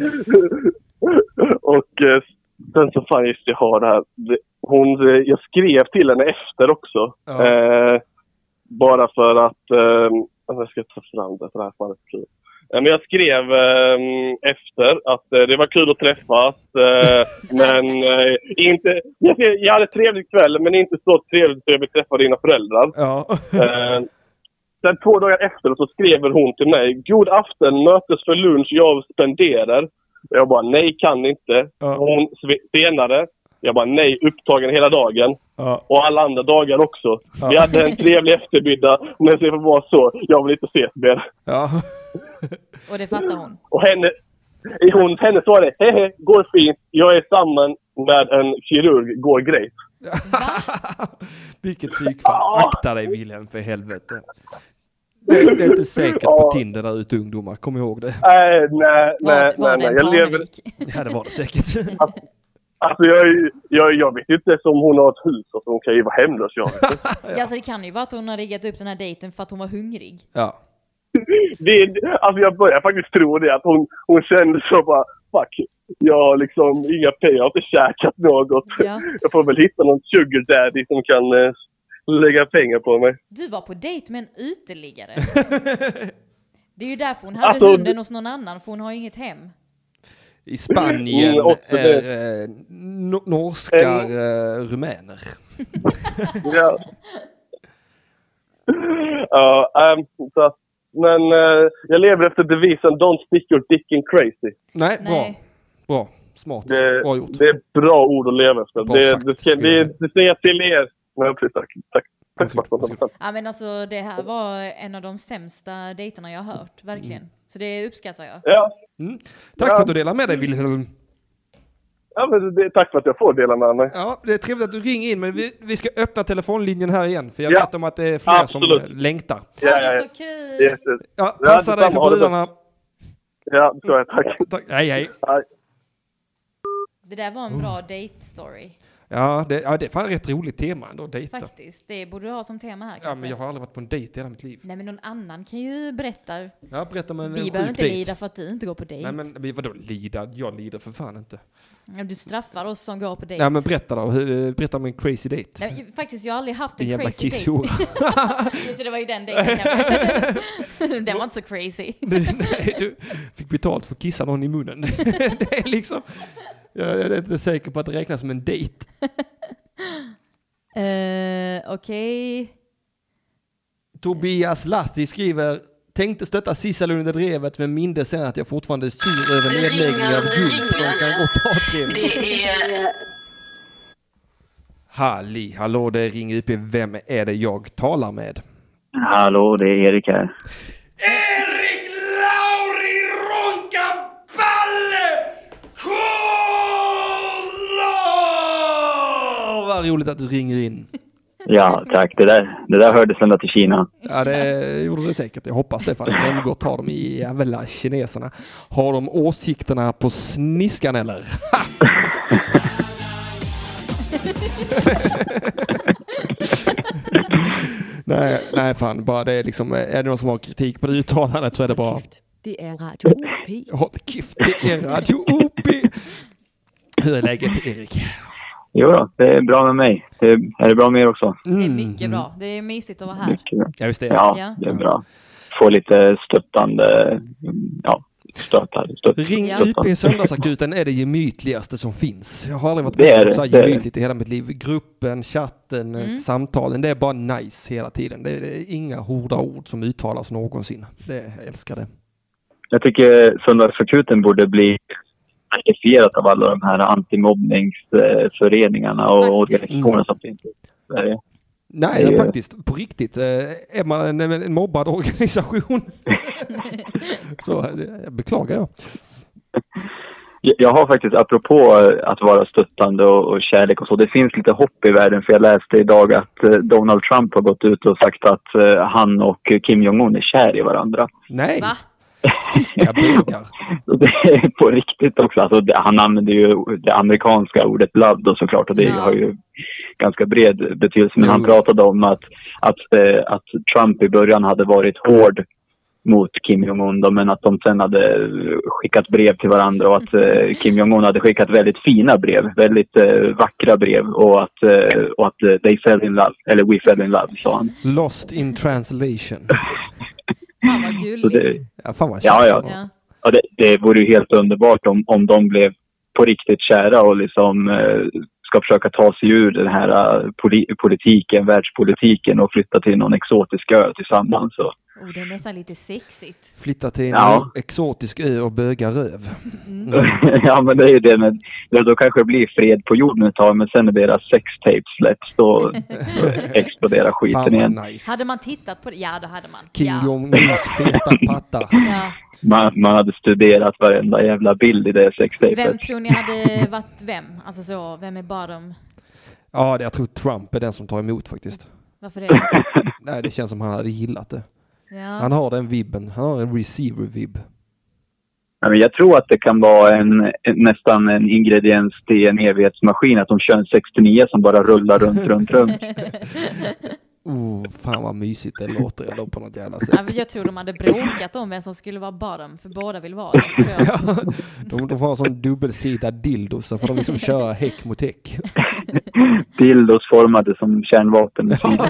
Och sen så fan just jag har det här. Jag skrev till henne efter också. Ja. Bara för att jag ska ta fram det för det här fan är kul. Men jag skrev efter att det var kul att träffas. Men inte... Jag hade trevlig kväll, men inte så trevligt att jag vill träffa dina föräldrar. Ja. Sen 2 dagar efter så skrev hon till mig. God afton, mötes för lunch, jag spenderar. Jag bara, nej kan inte. Ja. Hon senare. Jag bara, nej, upptagen hela dagen. Ja. Och alla andra dagar också. Ja. Vi hade en trevlig eftermiddag. Men det var så, jag vill inte ses mer. Ja. Och det fattar hon. Och henne svarade, hehe, går fint. Jag är samman med en kirurg, går grejt. Vilket psykfall. Akta dig Wilhelm för helvete. Det är inte säkert på Tinder där ute, ungdomar. Kom ihåg det. Nej. Jag lever... Ja, det var det säkert. Alltså jag vet inte som hon har ett hus och hon kan ju vara hemlös. Ja, alltså det kan ju vara att hon har riggat upp den här dejten för att hon var hungrig. Ja. Alltså jag börjar faktiskt tro det, att hon kände så bara, fuck, jag har liksom inga pengar, jag har inte käkat något. Ja. Jag får väl hitta någon sugar daddy som kan lägga pengar på mig. Du var på dejt med en uteliggare. Det är ju därför hon hade hunden hos någon annan, för hon har inget hem. I Spanien är norskar rumäner. Ja. Så, men jag lever efter devisen don't stick your dick in crazy. Nej. Bra. Smart. Bra gjort. Det är ett bra ord att leva efter. Det säger jag till er. Tack. Ja, men alltså det här var en av de sämsta dejterna jag har hört, verkligen. Så det uppskattar jag. Ja. Tack för att du delar med dig, Wilhelm. Ja, men tack för att jag får dela med mig. Ja, det är trevligt att du ringer in, men vi ska öppna telefonlinjen här igen, för jag vet om att det är fler som längtar. Ja, det är så kul. Yes. Ja, passa dig för brudarna. Ja, så är tack. Hej. Det där var en bra date-story. Ja, det är fan rätt roligt tema ändå, dejta. Faktiskt, det borde du ha som tema här. Ja, men jag har aldrig varit på en dejt i hela mitt liv. Nej, men någon annan kan ju berätta. Ja, berätta om en Vi behöver inte lida för att du inte går på dejt. Nej, men vadå lida? Jag lider för fan inte. Ja, du straffar oss som går på dejt. Nej, men berätta då. Berätta om en crazy date. Nej, faktiskt, jag har aldrig haft en jävla crazy kisshora. date. Så det var ju den dejten. Den var inte så crazy. Nej, du fick betalt för att kissa någon i munnen. Det är liksom... Jag är inte säker på att det räknas som en dejt. Okej. Tobias Lahti skriver: tänkte stötta Sissel under drevet, men mindes sen att jag fortfarande är sur över nedläggning av guld som kan gå ta Halli, hallå, det ringer upp. Vem är det jag talar med? Hallå, det är Erik här. Erik Lauri Ronka Balle! Vad roligt att du ringer in. Ja, tack. Det där hördes ända till Kina. Ja, det gjorde det säkert. Jag hoppas det. För de går ta dem i jävla kineserna. Har de åsikterna på sniskan eller? nej, fan. Bara det är liksom, är det någon som har kritik på det uttalandet så är det bara... Det är Radio OP. Håll kift, det är Radio OP. Hur är läget, Erik? Jo då, det är bra med mig. Är det bra med er också? Det är mycket bra. Det är mysigt att vara här. Ja, just det. Ja, det är bra. Få lite stöttande... Ja, stöttande. Ring UP Söndagsakuten är det gemytligaste som finns. Jag har aldrig varit med om så här gemytligt i hela mitt liv. Gruppen, chatten, samtalen. Det är bara nice hela tiden. Det är inga hårda ord som uttalas någonsin. Jag älskar det. Jag tycker Söndagsakuten borde bli certifierat av alla de här antimobbningsföreningarna och organisationer som finns i Sverige. Nej, faktiskt. På riktigt. Är man en mobbad organisation så beklagar jag. Jag har faktiskt, apropå att vara stöttande och kärlek och så, det finns lite hopp i världen, för jag läste idag att Donald Trump har gått ut och sagt att han och Kim Jong-un är kär i varandra. Nej! Va? Sicka bögar. Det är på riktigt också. Alltså, han använder ju det amerikanska ordet love då, såklart, och det har ju ganska bred betydelse. Men han pratade om att Trump i början hade varit hård mot Kim Jong-un då, men att de sen hade skickat brev till varandra och att Kim Jong-un hade skickat väldigt fina brev, väldigt vackra brev, och att they fell in love, eller we fell in love, sa han. Lost in translation. Fan vad gulligt. Fan vad ja. Det vore ju helt underbart om de blev på riktigt kära och liksom ska försöka ta sig ur den här politiken, världspolitiken, och flytta till någon exotisk ö tillsammans. Så. Det är nästan lite sexigt. Flytta till en exotisk ö och böga röv. Ja, men det är ju det. Men då kanske det blir fred på jorden ett tag, men sen när deras sextape släpps då exploderar skiten igen. Nice. Hade man tittat på det? Ja, det hade man. Kim Jong-Uns feta pattar. Ja. Man hade studerat varenda jävla bild i det sextapet. Vem tror ni hade varit vem? Alltså så, vem är bottom? Ja, jag tror Trump är den som tar emot faktiskt. Varför det? Nej, det känns som han hade gillat det. Ja. Han har den vibben. Han har en receiver-vibb. Ja, men jag tror att det kan vara nästan en ingrediens till en evighetsmaskin. Att de kör en 69 som bara rullar runt. Fan vad mysigt det låter ändå på något jävla sätt. Ja, jag tror de hade bråkat om vem som skulle vara bottom, för båda vill vara det, tror jag. Ja, de får en sån dubbelsidad dildo, så får de liksom köra häck mot häck. Dildos formade som kärnvapen. Ja,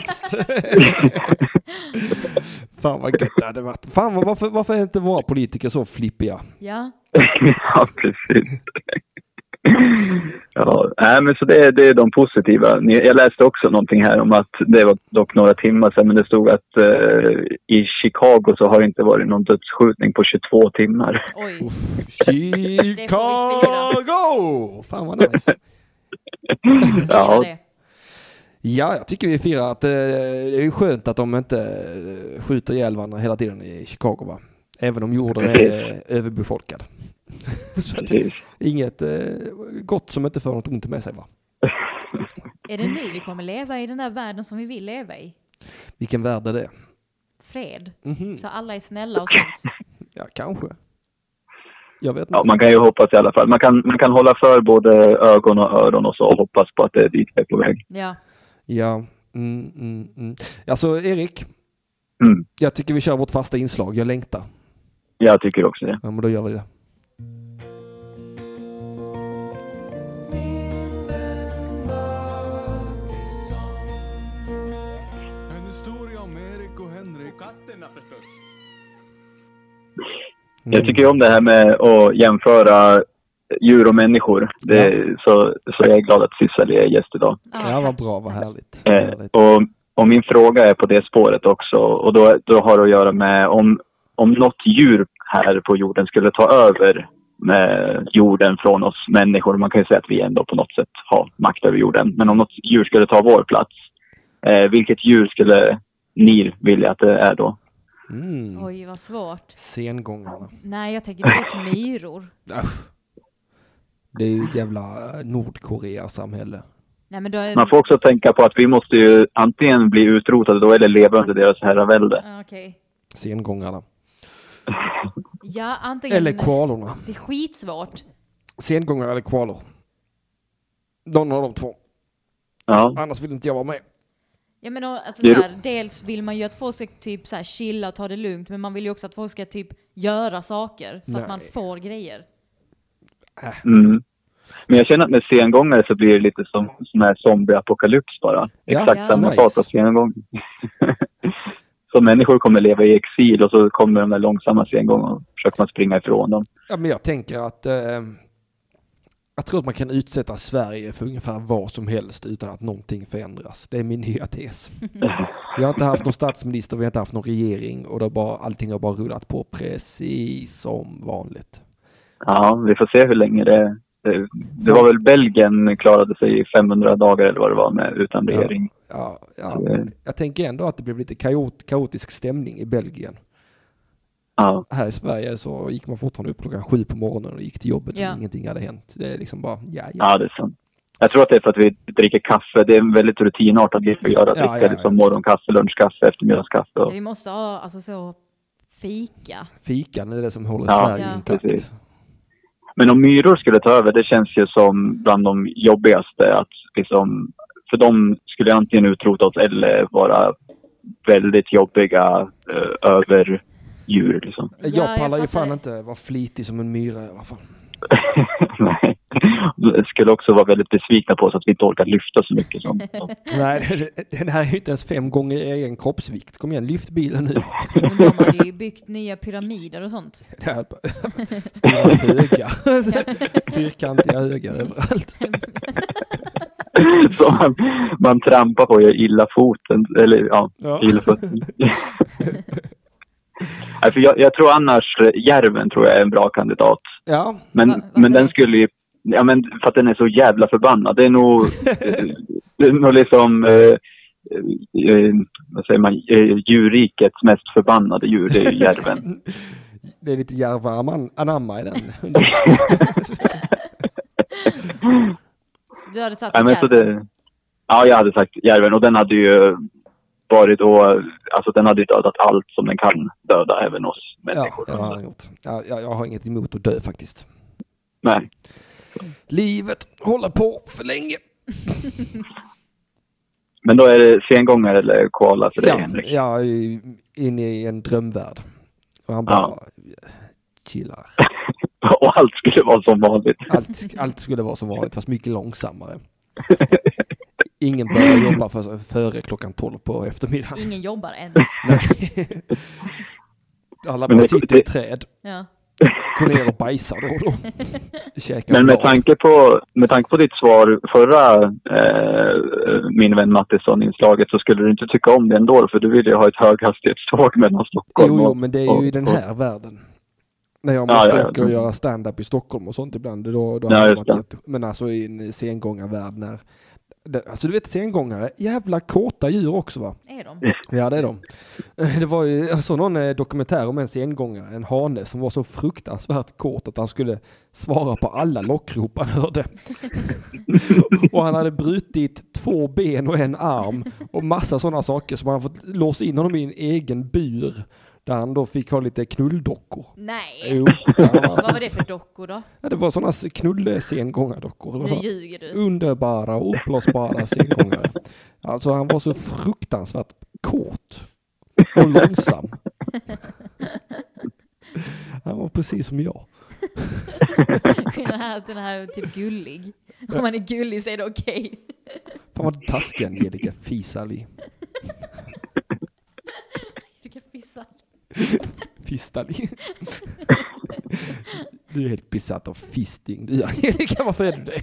fan vad gött det hade varit. Fan, varför är inte våra politiker så flippiga? Ja. Ja, precis. Ja, men så det är de positiva. Jag läste också någonting här om att det var dock några timmar sedan, men det stod att i Chicago så har det inte varit någon dödsskjutning på 22 timmar. Oj. Chicago! Fan vad nice. Ja. Ja, jag tycker vi firar att det är ju skönt att de inte skjuter ihjäl varandra hela tiden i Chicago, va? Även om jorden är överbefolkad. Så att inget gott som inte för något ont med sig, va? Är det nu vi kommer leva i den där världen som vi vill leva i? Vilken värld är det? Fred. Mm-hmm. Så alla är snälla och sånt. Ja, kanske. Jag vet inte. Ja, man kan ju hoppas i alla fall. Man kan hålla för både ögon och öron och så och hoppas på att det är dit vi är på väg. Ja. Ja. Alltså, Erik. Jag tycker vi kör vårt fasta inslag. Jag längtar. Jag tycker också det. Ja, men då gör vi det. Jag tycker om det här med att jämföra djur och människor. Så jag är glad att Sissel är gäst idag. Ja, vad bra, vad härligt. Och min fråga är på det spåret också. Och då har det att göra med om något djur här på jorden skulle ta över med jorden från oss människor. Man kan ju säga att vi ändå på något sätt har makt över jorden. Men om något djur skulle ta vår plats, vilket djur skulle ni vilja att det är då? Oj, vad svårt. Sengångarna. Nej, jag tänker direkt myror. Det är ju ett jävla Nordkorea-samhälle. Nej, men då Man får också tänka på att vi måste ju antingen bli utrotade då eller leva under deras herravälde. Okej. Sengångarna. Ja, antingen. Eller koalorna. Det är skitsvårt. Sengångare eller koalor. Någon av de två. Ja. Annars vill inte jag vara med. Ja, men alltså, så här, dels vill man ju att folk ska typ så här chilla och ta det lugnt, men man vill ju också att folk ska typ göra saker så att man får grejer. Men jag känner att med sengångare så blir det lite som sån här zombie-apokalyps bara. Exakt samma sak av sengång. Så människor kommer leva i exil och så kommer de där långsamma sengångarna och försöker man springa ifrån dem. Ja, men jag tänker att jag tror att man kan utsätta Sverige för ungefär vad som helst utan att någonting förändras. Det är min nya tes. Vi har inte haft någon statsminister, vi har inte haft någon regering och allting har bara rullat på precis som vanligt. Ja, vi får se hur länge det var väl Belgien klarade sig i 500 dagar eller vad det var med utan regering. Ja. Jag tänker ändå att det blev lite kaotisk stämning i Belgien. Ja. Här i Sverige så gick man fortfarande upp klockan 7 på morgonen och gick till jobbet som ingenting hade hänt. Det är liksom bara, Ja, det är sant. Jag tror att det är för att vi dricker kaffe. Det är en väldigt rutinartad grej att göra. Dricka liksom morgonkaffe, lunchkaffe, eftermiddagskaffe. Ja, vi måste ha alltså så fika. Fikan är det som håller Sverige intakt. Precis. Men om myror skulle ta över, det känns ju som bland de jobbigaste att liksom, för de skulle antingen utrota oss eller vara väldigt jobbiga överdjur liksom. Jag pallar ju fan inte vara flitig som en myra i alla fall. Nej. Det skulle också vara väldigt besvikna på oss att vi inte orkar lyfta så mycket som. Nej, den här är ju inte ens 5 gånger egen kroppsvikt. Kom igen, lyft bilen nu. Men de hade ju byggt nya pyramider och sånt. Stora högar. Fyrkantiga högar överallt. Så man trampar på ju illa foten. Eller illa foten. För jag tror annars järven tror jag är en bra kandidat. Ja. Men den skulle ju, för att den är så jävla förbannad. Det är nog liksom vad säger man, djurrikets mest förbannade djur, det är ju järven. Det är lite järva anamma i den. Du hade sagt järven? Ja, jag hade sagt järven och den hade ju varit då, alltså den hade ju dödat allt som den kan döda, även oss människor. Ja, det har han gjort. Jag har inget emot att dö faktiskt. Nej. Livet håller på för länge. Men då är det sengångare eller koala för dig, Henrik? Jag är inne i en drömvärld. Och han bara chillar. Och allt skulle vara som vanligt. Allt skulle vara som vanligt, fast mycket långsammare. Ingen börjar jobba före klockan 12 på eftermiddagen. Ingen jobbar ens. Nej. Alla bara sitter i träd. Ja. Går ner och bajsar då och då. Men med tanke på ditt svar förra min vän Mattisson-inslaget, så skulle du inte tycka om det ändå, för du vill ju ha ett höghastighetståg mellan Stockholm Jo, men det är ju i den här världen. När jag måste åka och göra stand-up i Stockholm och sånt ibland, då men alltså i en sengångarvärld när alltså du vet, sengångare, jävla kåta djur också, va? Är de? Ja, det är de. Det var ju, jag såg någon dokumentär om en sengångare, en hane som var så fruktansvärt kåt att han skulle svara på alla lockrop han hörde. Och han hade brutit 2 ben och en arm och massa sådana saker, som han fått låsa in honom i en egen bur. Där han då fick ha lite knulldockor. Nej. Jo. Vad var det för dockor då? Ja, det var sådana knullsengångardockor. Nu ljuger du. Underbara och uppblåsbara sengångare. Alltså han var så fruktansvärt kåt. Och långsam. Han var precis som jag. Den här typ gullig. Om man är gullig så är det okej. Fan vad taskig Angelica Fisali. Fistali. Du är helt besatt av fisting. Du, Angelica, varför är du det?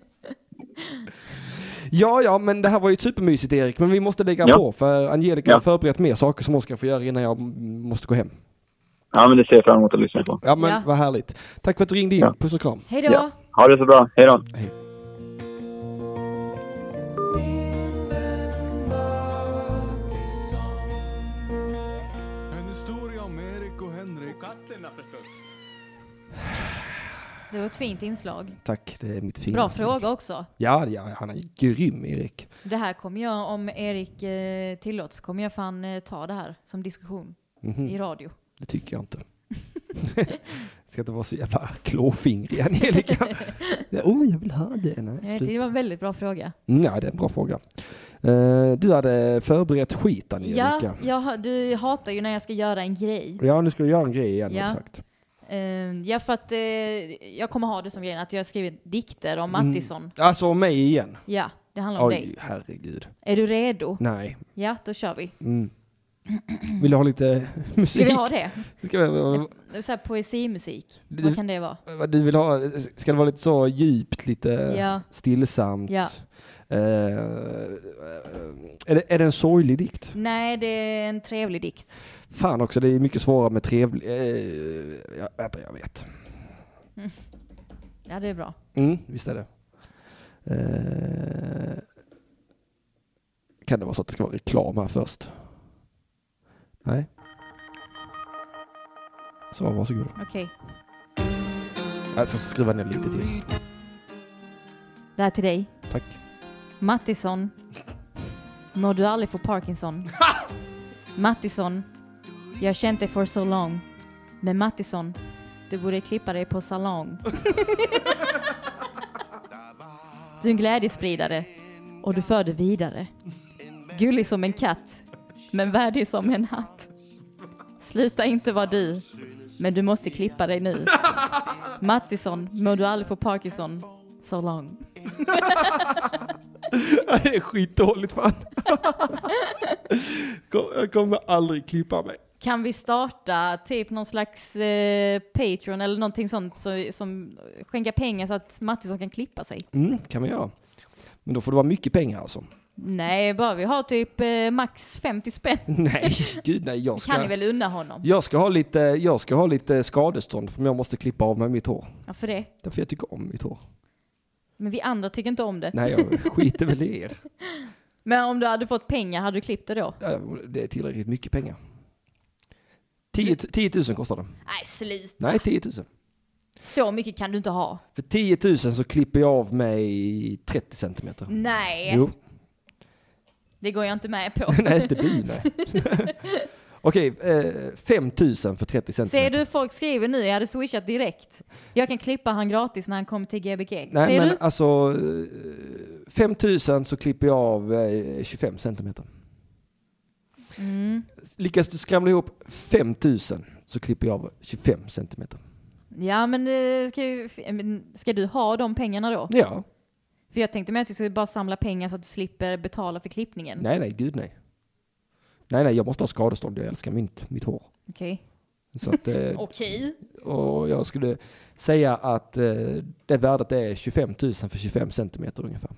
Ja, men det här var ju supermysigt, Erik. Men vi måste lägga på, för Angelica har förberett mer saker som hon ska få göra innan jag måste gå hem. Ja, men det ser jag fram emot att lyssna på. Ja, men vad härligt. Tack för att du ringde in. Puss och kram. Hej då. Ja. Ha det så bra. Hej då. Hej. Det var ett fint inslag. Tack, det är mitt fina. Bra fråga också. Ja, han är grym, Erik. Det här kommer jag, om Erik tillåts, kommer jag fan ta det här som diskussion i radio. Det tycker jag inte. Ska inte vara så jävla klåfingrig, Angelica. Jag vill ha det. Nej, det var en väldigt bra fråga. Ja, det är en bra fråga. Du hade förberett skit, Angelica. Ja, du hatar ju när jag ska göra en grej. Ja, nu ska du göra en grej igen, exakt. Ja, för att jag kommer ha det som grejen att jag har skrivit dikter om Mattisson. Alltså om mig igen? Ja, det handlar om dig. Herregud. Är du redo? Nej. Ja, då kör vi. Vill du ha lite musik? Ska vi ha det? Ska så här poesimusik. Vad kan det vara? Du vill ha, ska det vara lite så djupt, lite stillsamt? Ja. Är det en sorglig dikt? Nej, det är en trevlig dikt. Fan också, det är mycket svårare med trevlig. Jag vet. Ja, det är bra. Visst är det. Kan det vara så att det ska vara reklam här först? Nej. Så, varsågod. Okej. Jag ska skruva ner lite till. Det här till dig. Tack. Mattisson. Må du aldrig få Parkinson. Mattisson. Jag har känt dig för så lång. Men Mattisson, du borde klippa dig på salong. Du är en glädjespridare. Och du för det vidare. Gullig som en katt. Men värdig som en hatt. Sluta inte vara du. Men du måste klippa dig nu. Mattisson, må du aldrig få Parkinson. Så lång. Det är skitdåligt, fan. Jag kommer aldrig klippa mig. Kan vi starta typ någon slags Patreon eller någonting sånt som skänka pengar så att Mattisson kan klippa sig? Kan vi göra. Men då får det vara mycket pengar alltså. Nej, bara vi har typ max 50 spänn. Nej, gud nej. Kan ni väl unna honom? Jag ska ha lite skadestånd för jag måste klippa av mig mitt hår. Varför det? Därför jag tycker om mitt hår. Men vi andra tycker inte om det. Nej, jag skiter väl i er. Men om du hade fått pengar, hade du klippt det då? Ja, det är tillräckligt mycket pengar. 10 000 kostar det. Nej, sluta. Nej, 10 000. Så mycket kan du inte ha. För 10 000 så klipper jag av mig 30 centimeter. Nej. Jo. Det går jag inte med på. Nej, inte du, nej. Okej, 5 000 för 30 centimeter. Ser du, folk skriver nu, jag hade swishat direkt. Jag kan klippa han gratis när han kommer till Gbg. Nej, Ser men du? alltså 5 000 så klipper jag av 25 centimeter. Lyckas du skramla ihop 5 000 så klipper jag av 25 centimeter. Ja, men ska du ha de pengarna då? Ja. För jag tänkte mig att du skulle bara samla pengar så att du slipper betala för klippningen. Nej, gud nej. Nej, jag måste ha skadestånd. Jag älskar mitt hår. Okej. Så att, Okej. Och jag skulle säga att det värdet är 25 000 för 25 centimeter ungefär.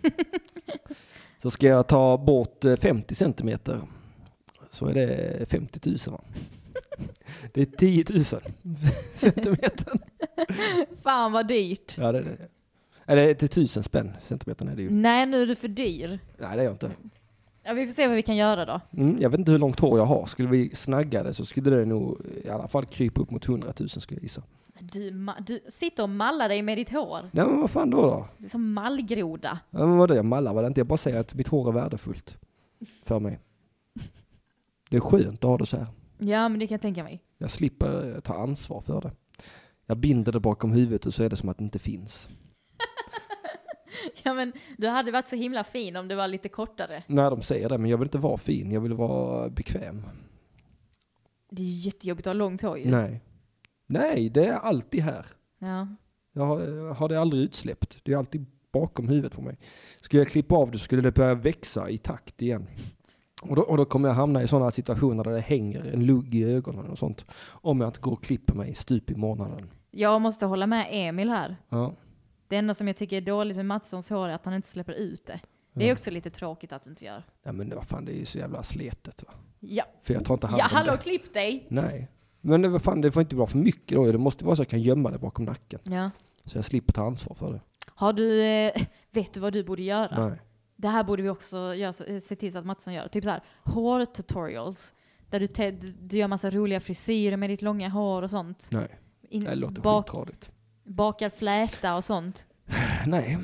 Så ska jag ta bort 50 centimeter så är det 50 000. Va? Det är 10 000 centimeter. Fan vad dyrt. Ja, det är det. Eller till 1000 spänn centimeter är det ju. Nej, nu är du för dyr. Nej, det är jag inte. Ja, vi får se vad vi kan göra då. Jag vet inte hur långt hår jag har. Skulle vi snagga det så skulle det nog i alla fall krypa upp mot 100 000 skulle jag gissa. Du sitter och mallar dig med ditt hår. Nej, men vad fan då? Det är som mallgroda. Ja, men vadå, jag mallar väl inte. Jag bara säger att mitt hår är värdefullt för mig. Det är skönt att ha det så här. Ja, men det kan jag tänka mig. Jag slipper ta ansvar för det. Jag binder det bakom huvudet och så är det som att det inte finns. Ja, men du hade varit så himla fin om det var lite kortare. Nej, de säger det, men jag vill inte vara fin. Jag vill vara bekväm. Det är ju jättejobbigt att ha långt hår ju. Nej, det är alltid här. Ja. Jag har det aldrig utsläppt. Det är alltid bakom huvudet på mig. Skulle jag klippa av det skulle det börja växa i takt igen. Och då kommer jag hamna i sådana situationer där det hänger en lugg i ögonen och sånt. Om jag inte går och klipper mig stup i månaden. Jag måste hålla med Emil här. Ja. Det enda som jag tycker är dåligt med Mattssons hår är att han inte släpper ut det. Det är också lite tråkigt att du inte gör. Ja, men vad fan, det är ju så jävla sletet, va? Ja. För jag tar inte hand om hallå, det. klipp dig! Nej. Men vad fan, det får inte vara för mycket då. Det måste vara så att jag kan gömma det bakom nacken. Ja. Så jag slipper ta ansvar för det. Har du, vet du vad du borde göra? Nej. Det här borde vi också göra, se till så att Mattsson gör. Typ så här, hår-tutorials. Där du gör massa roliga frisyrer med ditt långa hår och sånt. Nej, det låter skitradigt. Bakar fläta och sånt. Nej.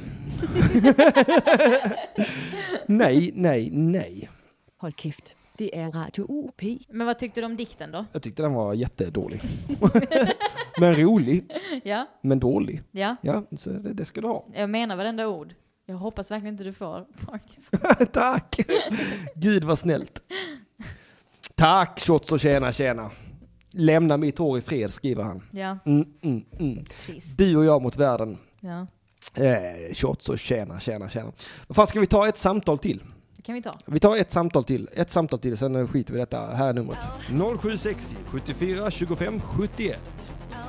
Nej. Hold kæft. Det er Radio UP. Men vad tyckte du om dikten då? Jag tyckte den var jättedålig. Men rolig. Ja. Men dålig. Ja. Ja, så det ska du ha. Jag menar varenda ord. Jag hoppas verkligen inte du får Parkinson. Tack. Gud vad snällt. Tack, shots och tjena. Lämna mitt hår i fred, skriver han. Ja. Du och jag mot världen. Ja. Shots och tjena. Vad fan, ska vi ta ett samtal till? Det kan vi ta. Vi tar ett samtal till, sen skiter vi detta. Här är numret. 0760 74 25 71.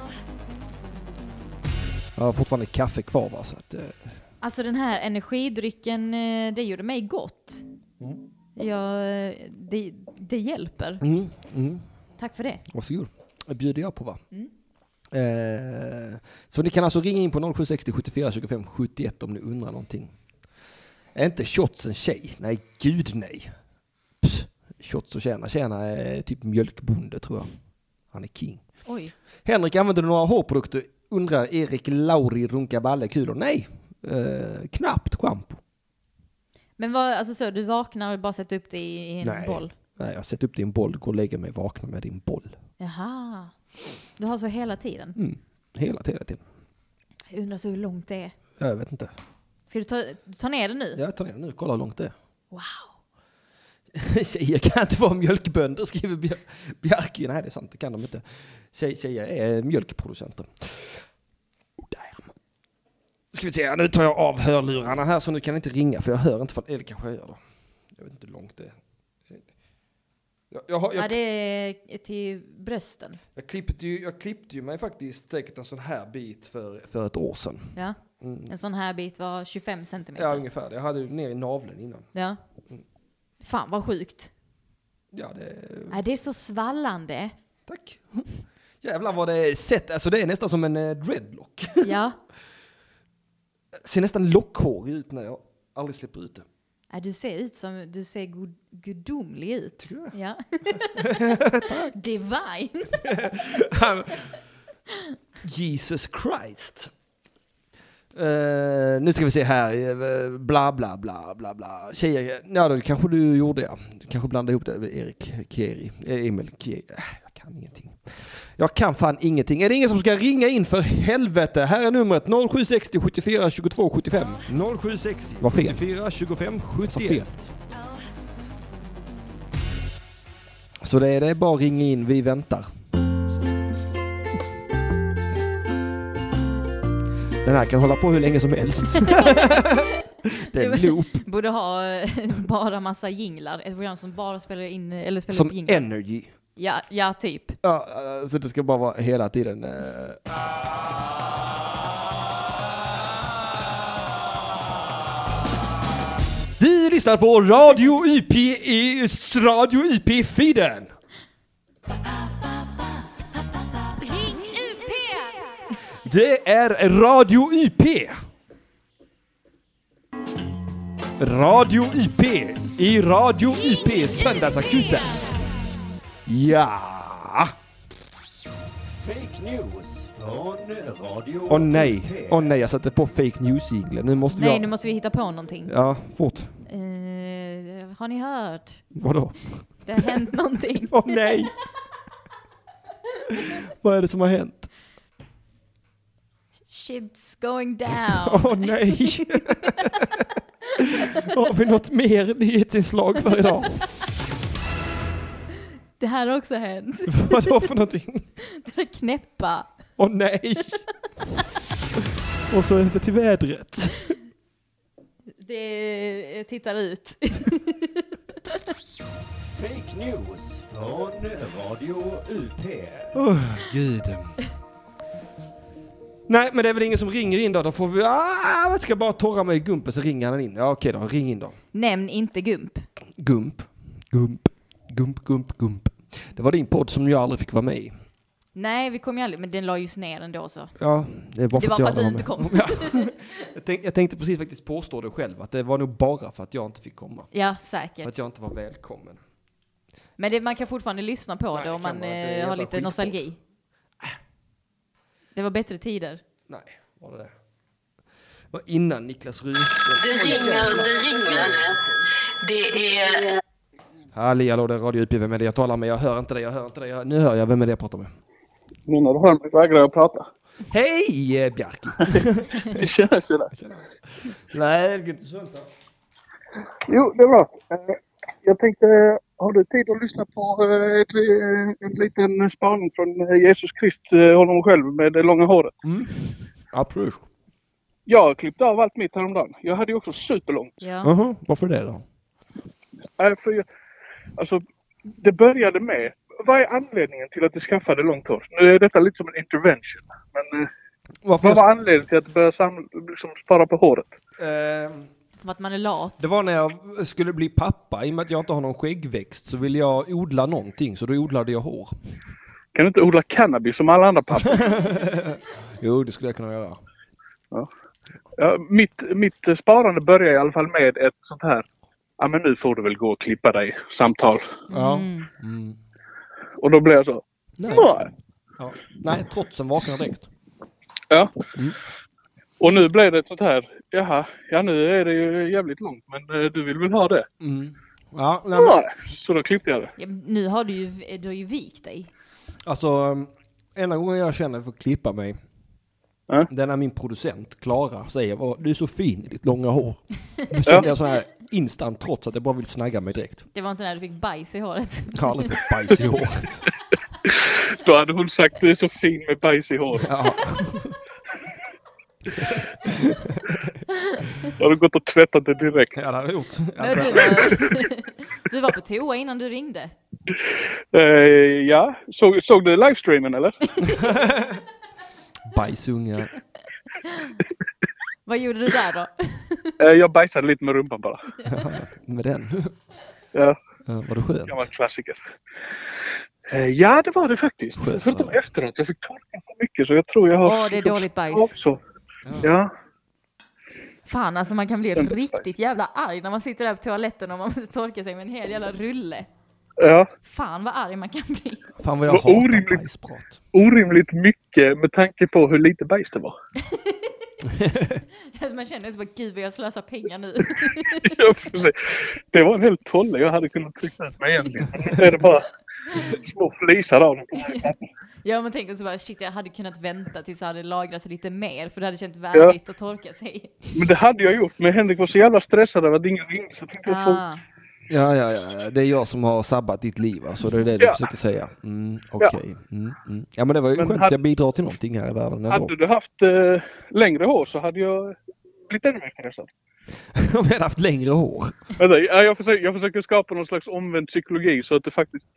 Jag har fortfarande kaffe kvar, va, så att... Alltså den här energidrycken, det gjorde mig gott. Det hjälper. Tack för det. Varsågod. Det bjuder jag på, va? Så ni kan alltså ringa in på 0760 74 25 71 om ni undrar någonting. Är inte shots en tjej? Nej, gud nej. Shots och tjena är typ mjölkbonde, tror jag. Han är king. Oj. Henrik, använder du några hårprodukter? Undrar Erik Lauri runka kulor. Nej, knappt shampoo. Men vad, alltså så, du vaknar och bara sätter upp det i en boll? Nej, jag sätter upp det i en boll, går och lägger mig, vaknar med din boll. Jaha. Du har så hela tiden? Hela tiden. Jag undrar så hur långt det är. Jag vet inte. Ska du ta ner det nu? Jag tar ner det nu, kolla hur långt det är. Wow. Tjejer kan inte vara mjölkbönder, skriver Bjarke. Nej, det är sant, det kan de inte. Tjejer är mjölkproducenter. Ska vi se, nu tar jag av hörlurarna här så nu kan jag inte ringa för jag hör inte, eller kanske jag gör då. Jag vet inte hur långt det är. Det är till brösten. Jag klippte ju mig faktiskt säkert en sån här bit för ett år sedan. Ja, en sån här bit var 25 centimeter. Ja, ungefär. Jag hade ner i naveln innan. Ja. Fan vad sjukt. Ja, det är så svallande. Tack. Jävlar vad det är sett. Alltså det är nästan som en dreadlock. Ja. Ser nästan lockhår ut när jag aldrig släpper ut det. Du ser gudomlig ut. Tror jag. Ja. Divine. Jesus Christ. Nu ska vi se här. Bla bla bla bla bla. Tjejer, ja det kanske du gjorde, ja. Du kanske blandade ihop det med Emil Kieri. Jag kan ingenting. Jag kan fan ingenting. Är det ingen som ska ringa in för helvete? Här är numret 0760 74 22 75. 0760 var fel. 74 25 71. Så det är bara att ringa in, vi väntar. Den här kan hålla på hur länge som helst. Det är en loop. Borde ha bara massa jinglar. Ett program som bara spelar in eller spelar som upp jinglar. Energy. Ja, typ. Ja, så det ska bara vara hela tiden. Du lyssnar på Radio UP i Radio UP-feeden. Ring UP! Det är Radio UP. Radio UP i Radio UP söndagsakuten. Ja. Fake news från Radio Åh nej, jag satte på fake news-jinglen. Nu måste vi hitta på någonting. Ja, fort. Har ni hört? Vadå? Det har hänt någonting. Åh nej. Vad är det som har hänt? Shit's going down. Åh nej. Har vi något mer nyhetsinslag för idag? Det här har också hänt. Vadå för någonting? Det är knäppa. Åh nej. Och så över till vädret. Det tittar ut. Fake news från Radio UP. Gud. Nej, men det är väl ingen som ringer in då. Då får vi... jag ska bara torra mig i Gumpen så ringer han in. Ja, okej då. Ring in då. Nämn inte Gump. Gump. Det var din podd som jag aldrig fick vara med i. Nej, vi kom ju aldrig, men den la ju ner ändå så. Ja, det var för att du inte kom. Ja. Jag tänkte precis faktiskt påstå det själv, att det var nog bara för att jag inte fick komma. Ja, säkert. För att jag inte var välkommen. Men man kan fortfarande lyssna på det om man har lite nostalgi. Det var bättre tider. Nej, var det? Det var innan Niklas Runström. Det ringer. Det är... Hallå, det är Radio UP. Vem är det jag talar med? Jag hör inte dig. Nu hör jag. Vem är det jag pratar med? Nu när du hör mig vägrar jag prata. Hej, Bjarki! Tjena. Nej, det är inte sånt här. Jo, det var. Jag tänkte, har du tid att lyssna på en liten spaning från Jesus Krist, honom själv med det långa håret? Absolut. Jag klippte av allt mitt häromdagen. Jag hade ju också superlångt. Ja. Varför det då? Alltså, det började med, vad är anledningen till att du skaffade långt hår? Nu är detta lite som en intervention. Men vad var anledningen till att du började spara på håret? För att man är lat. Det var när jag skulle bli pappa. I och med att jag inte har någon skäggväxt så ville jag odla någonting. Så då odlade jag hår. Kan du inte odla cannabis som alla andra pappor? Jo, det skulle jag kunna göra. Ja, mitt sparande börjar i alla fall med ett sånt här. Ja, men nu får du väl gå och klippa dig samtal. Ja. Och då blev jag så. Nej. Ja. Nej, trotsen vaknar direkt. Ja. Och nu blev det sånt här. Jaha, ja nu är det ju jävligt långt. Men du vill väl ha det? Ja, så då klippte jag det. Ja, nu har du har ju vikt dig. Alltså, ena gången jag känner för att klippa mig. Den är min producent, Klara, säger du är så fin i ditt långa hår. Då kände jag så här instant trots att jag bara vill snagga mig direkt. Det var inte när du fick bajs i håret. Jag har aldrig fått bajs i håret. Då hade hon sagt du är så fin med bajs i håret. Ja. Har du gått och tvättat det direkt? Ja, det har jag gjort. Du var på toa innan du ringde. Ja, såg du livestreamen eller? Bajsungar. Vad gjorde du där då? Jag bajsade lite med rumpan bara. Ja, med den? Ja. Var det skönt? Det var en klassiker. Ja, det var det faktiskt. Förutom efteråt. Jag fick torka så mycket så jag tror jag har... det är dåligt bajs. Också. Ja. Fan, alltså man kan bli riktigt jävla arg när man sitter där på toaletten och man måste torka sig med en hel jävla rulle. Ja. Fan vad arg man kan bli. Fan vad jag hatar bajsprat. Orimligt mycket med tanke på hur lite bajs det var. Man känner så bara, gud vad jag slösar pengar nu. Ja, precis. Det var en hel tolle jag hade kunnat trycka ut mig egentligen. Nu är det bara små flisar av dem. Ja, man tänker så bara, shit, jag hade kunnat vänta tills jag hade lagrat sig lite mer, för det hade känt värdigt att torka sig. Men det hade jag gjort, men Henrik var så jävla stressad över att ingen ringde, så tänkte jag få... Ja. Det är jag som har sabbat ditt liv, alltså. Det är det du försöker säga. Okej. Ja, men det var ju skönt att jag bidrar till någonting här i världen ändå. Hade du haft längre hår så hade jag blivit ännu mer stressad. Om jag hade haft längre hår? Jag försöker skapa någon slags omvänd psykologi så att det faktiskt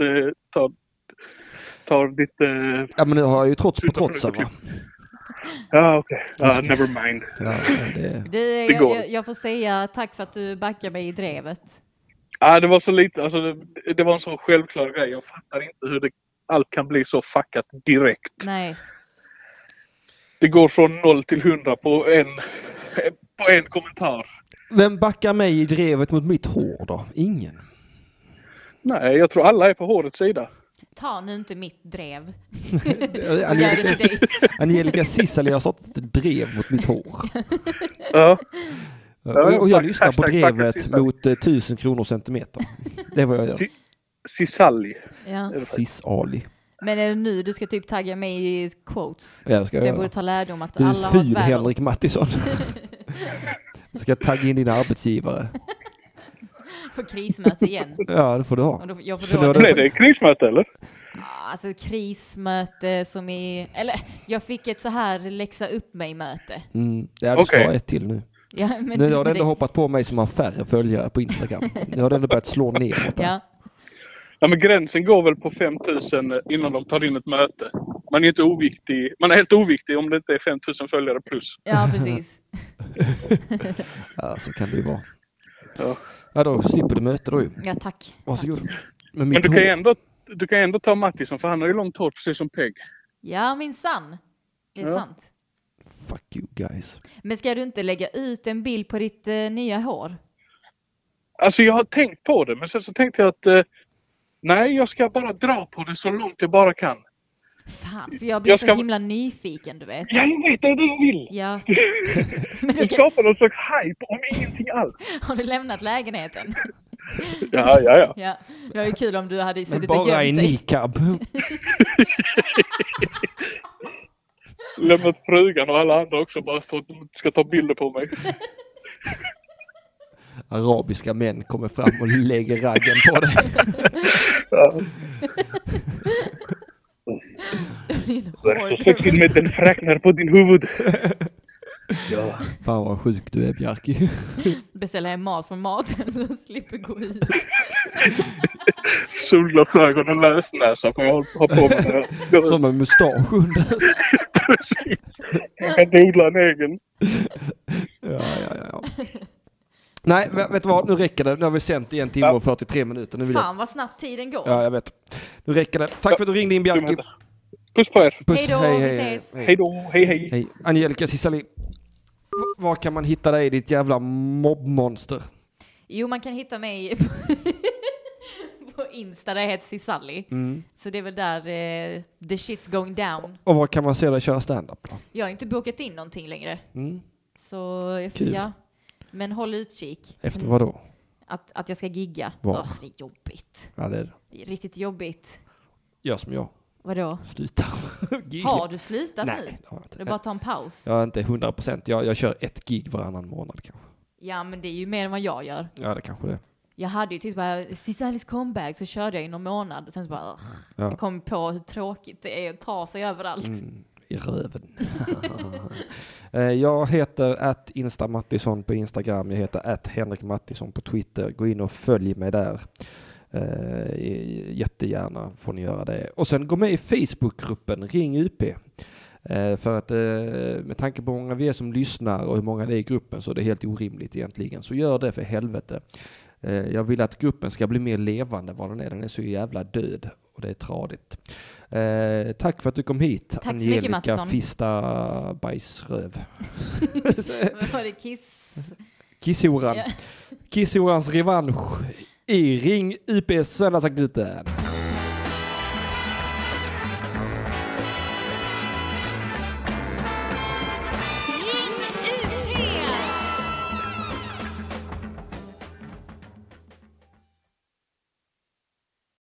tar ditt... Ja, men nu har jag ju trots på trotsen, va? Ja, okej. Never mind. Ja, jag får säga tack för att du backar mig i drevet. Ja, det var så lite, alltså det var en så självklar grej. Jag fattar inte hur allt kan bli så fuckat direkt. Nej. Det går från 0 till 100 på en kommentar. Vem backar mig i drevet mot mitt hår då? Ingen. Nej, jag tror alla är på hårets sida. Ta nu inte mitt drev. Angelica Cissali har satt ett drev mot mitt hår. Ja. Och jag lyssnar på drevet mot 1000 kronor centimeter. Det är vad jag gör. Cissali. Ja. Cissali. Men är det nu du ska typ tagga mig i quotes? Ja, det ska jag göra. Borde ta lärdom att du alla har ett värde. Henrik Mattisson. Ska tagga in din arbetsgivare. På krismöte igen. Ja, det får du ha. Är det krismöte eller? Alltså krismöte som är... Eller, jag fick ett så här läxa upp mig-möte. Ja, du ska ha ett till nu. Ja, men nu har du ändå hoppat på mig som har färre följare på Instagram. Nu har du ändå börjat slå ner. Ja, men gränsen går väl på 5000 innan de tar in ett möte. Man är inte oviktig. Man är helt oviktig om det inte är 5000 följare plus. Ja, precis. Ja, så kan det ju vara. Ja. Ja, då slipper du möte då ju. Ja, tack. Varsågod. Men du kan ändå ta Mattisson, för han har ju långt hår precis som Peg. Ja, minsann. Det är sant. Fuck you guys. Men ska du inte lägga ut en bild på ditt nya hår? Alltså jag har tänkt på det, men sen så tänkte jag att nej, jag ska bara dra på det så långt jag bara kan. Fan, för jag blir så himla nyfiken, du vet. Jag vet, det är det jag vill. Ja. Du skapar någon slags hype om ingenting alls. Har du lämnat lägenheten? Ja. Det var ju kul om du hade suttit och gömt dig. Bara i niqab. Lämnat frugan och alla andra också bara för att de ska ta bilder på mig. Arabiska män kommer fram och lägger raggen på dig. Det är så sexigt med den fräknar på din huvud. Ja. Fan vad sjuk du är, Bjarki. Beställa en mat från maten så slipper gå ut. Solglasögon och lösnäsa får jag ha på mig. Som en mustasch under. Precis. Jag kan inte odla en egen. Ja. Nej, vet du vad? Nu räcker det. Nu har vi sänt i 1 timme och 43 minuter. Nu Fan vad snabbt tiden går. Ja, jag vet. Nu räcker det. Tack för att du ringde in, Bjarki. Puss på er. Puss. Hej då, vi ses. Hej då, hej. Angelica Cissali. Var kan man hitta dig, ditt jävla mobbmonster? Jo, man kan hitta mig på Insta, där heter Cissali. Så det är väl där the shit's going down. Och var kan man se dig köra stand-up då? Jag har inte bokat in någonting längre. Så ja. Men håll utkik. Efter vad då? Att jag ska gigga. Det är jobbigt. Ja, det är det. Det är riktigt jobbigt. Gör som jag. Vadå? Sluta. Har du slutat nu? Nej, det har jag inte. Du bara ta en paus. Jag är inte 100%. Jag kör 1 gig varannan månad kanske. Ja, men det är ju mer än vad jag gör. Ja, det kanske det. Jag hade ju typ bara Cisalis comeback, så körde jag i någon månad. Och sen så bara jag kom på hur tråkigt det är att ta sig överallt. I röven. Jag heter @instamattisson på Instagram. Jag heter @Henrik Mattisson på Twitter. Gå in och följ mig där. Jättegärna får ni göra det. Och sen gå med i Facebookgruppen Ring UP. För att med tanke på hur många vi är som lyssnar och hur många det är i gruppen, så är det helt orimligt egentligen. Så gör det för helvete. Jag vill att gruppen ska bli mer levande vad den är. Den är så jävla död och det är tradigt. Tack för att du kom hit. Tack så mycket, Mattsson. Fista bajsröv. Vad var det? Kisshoran. Kisshorans revansch i Ring UPs söndagsakuten.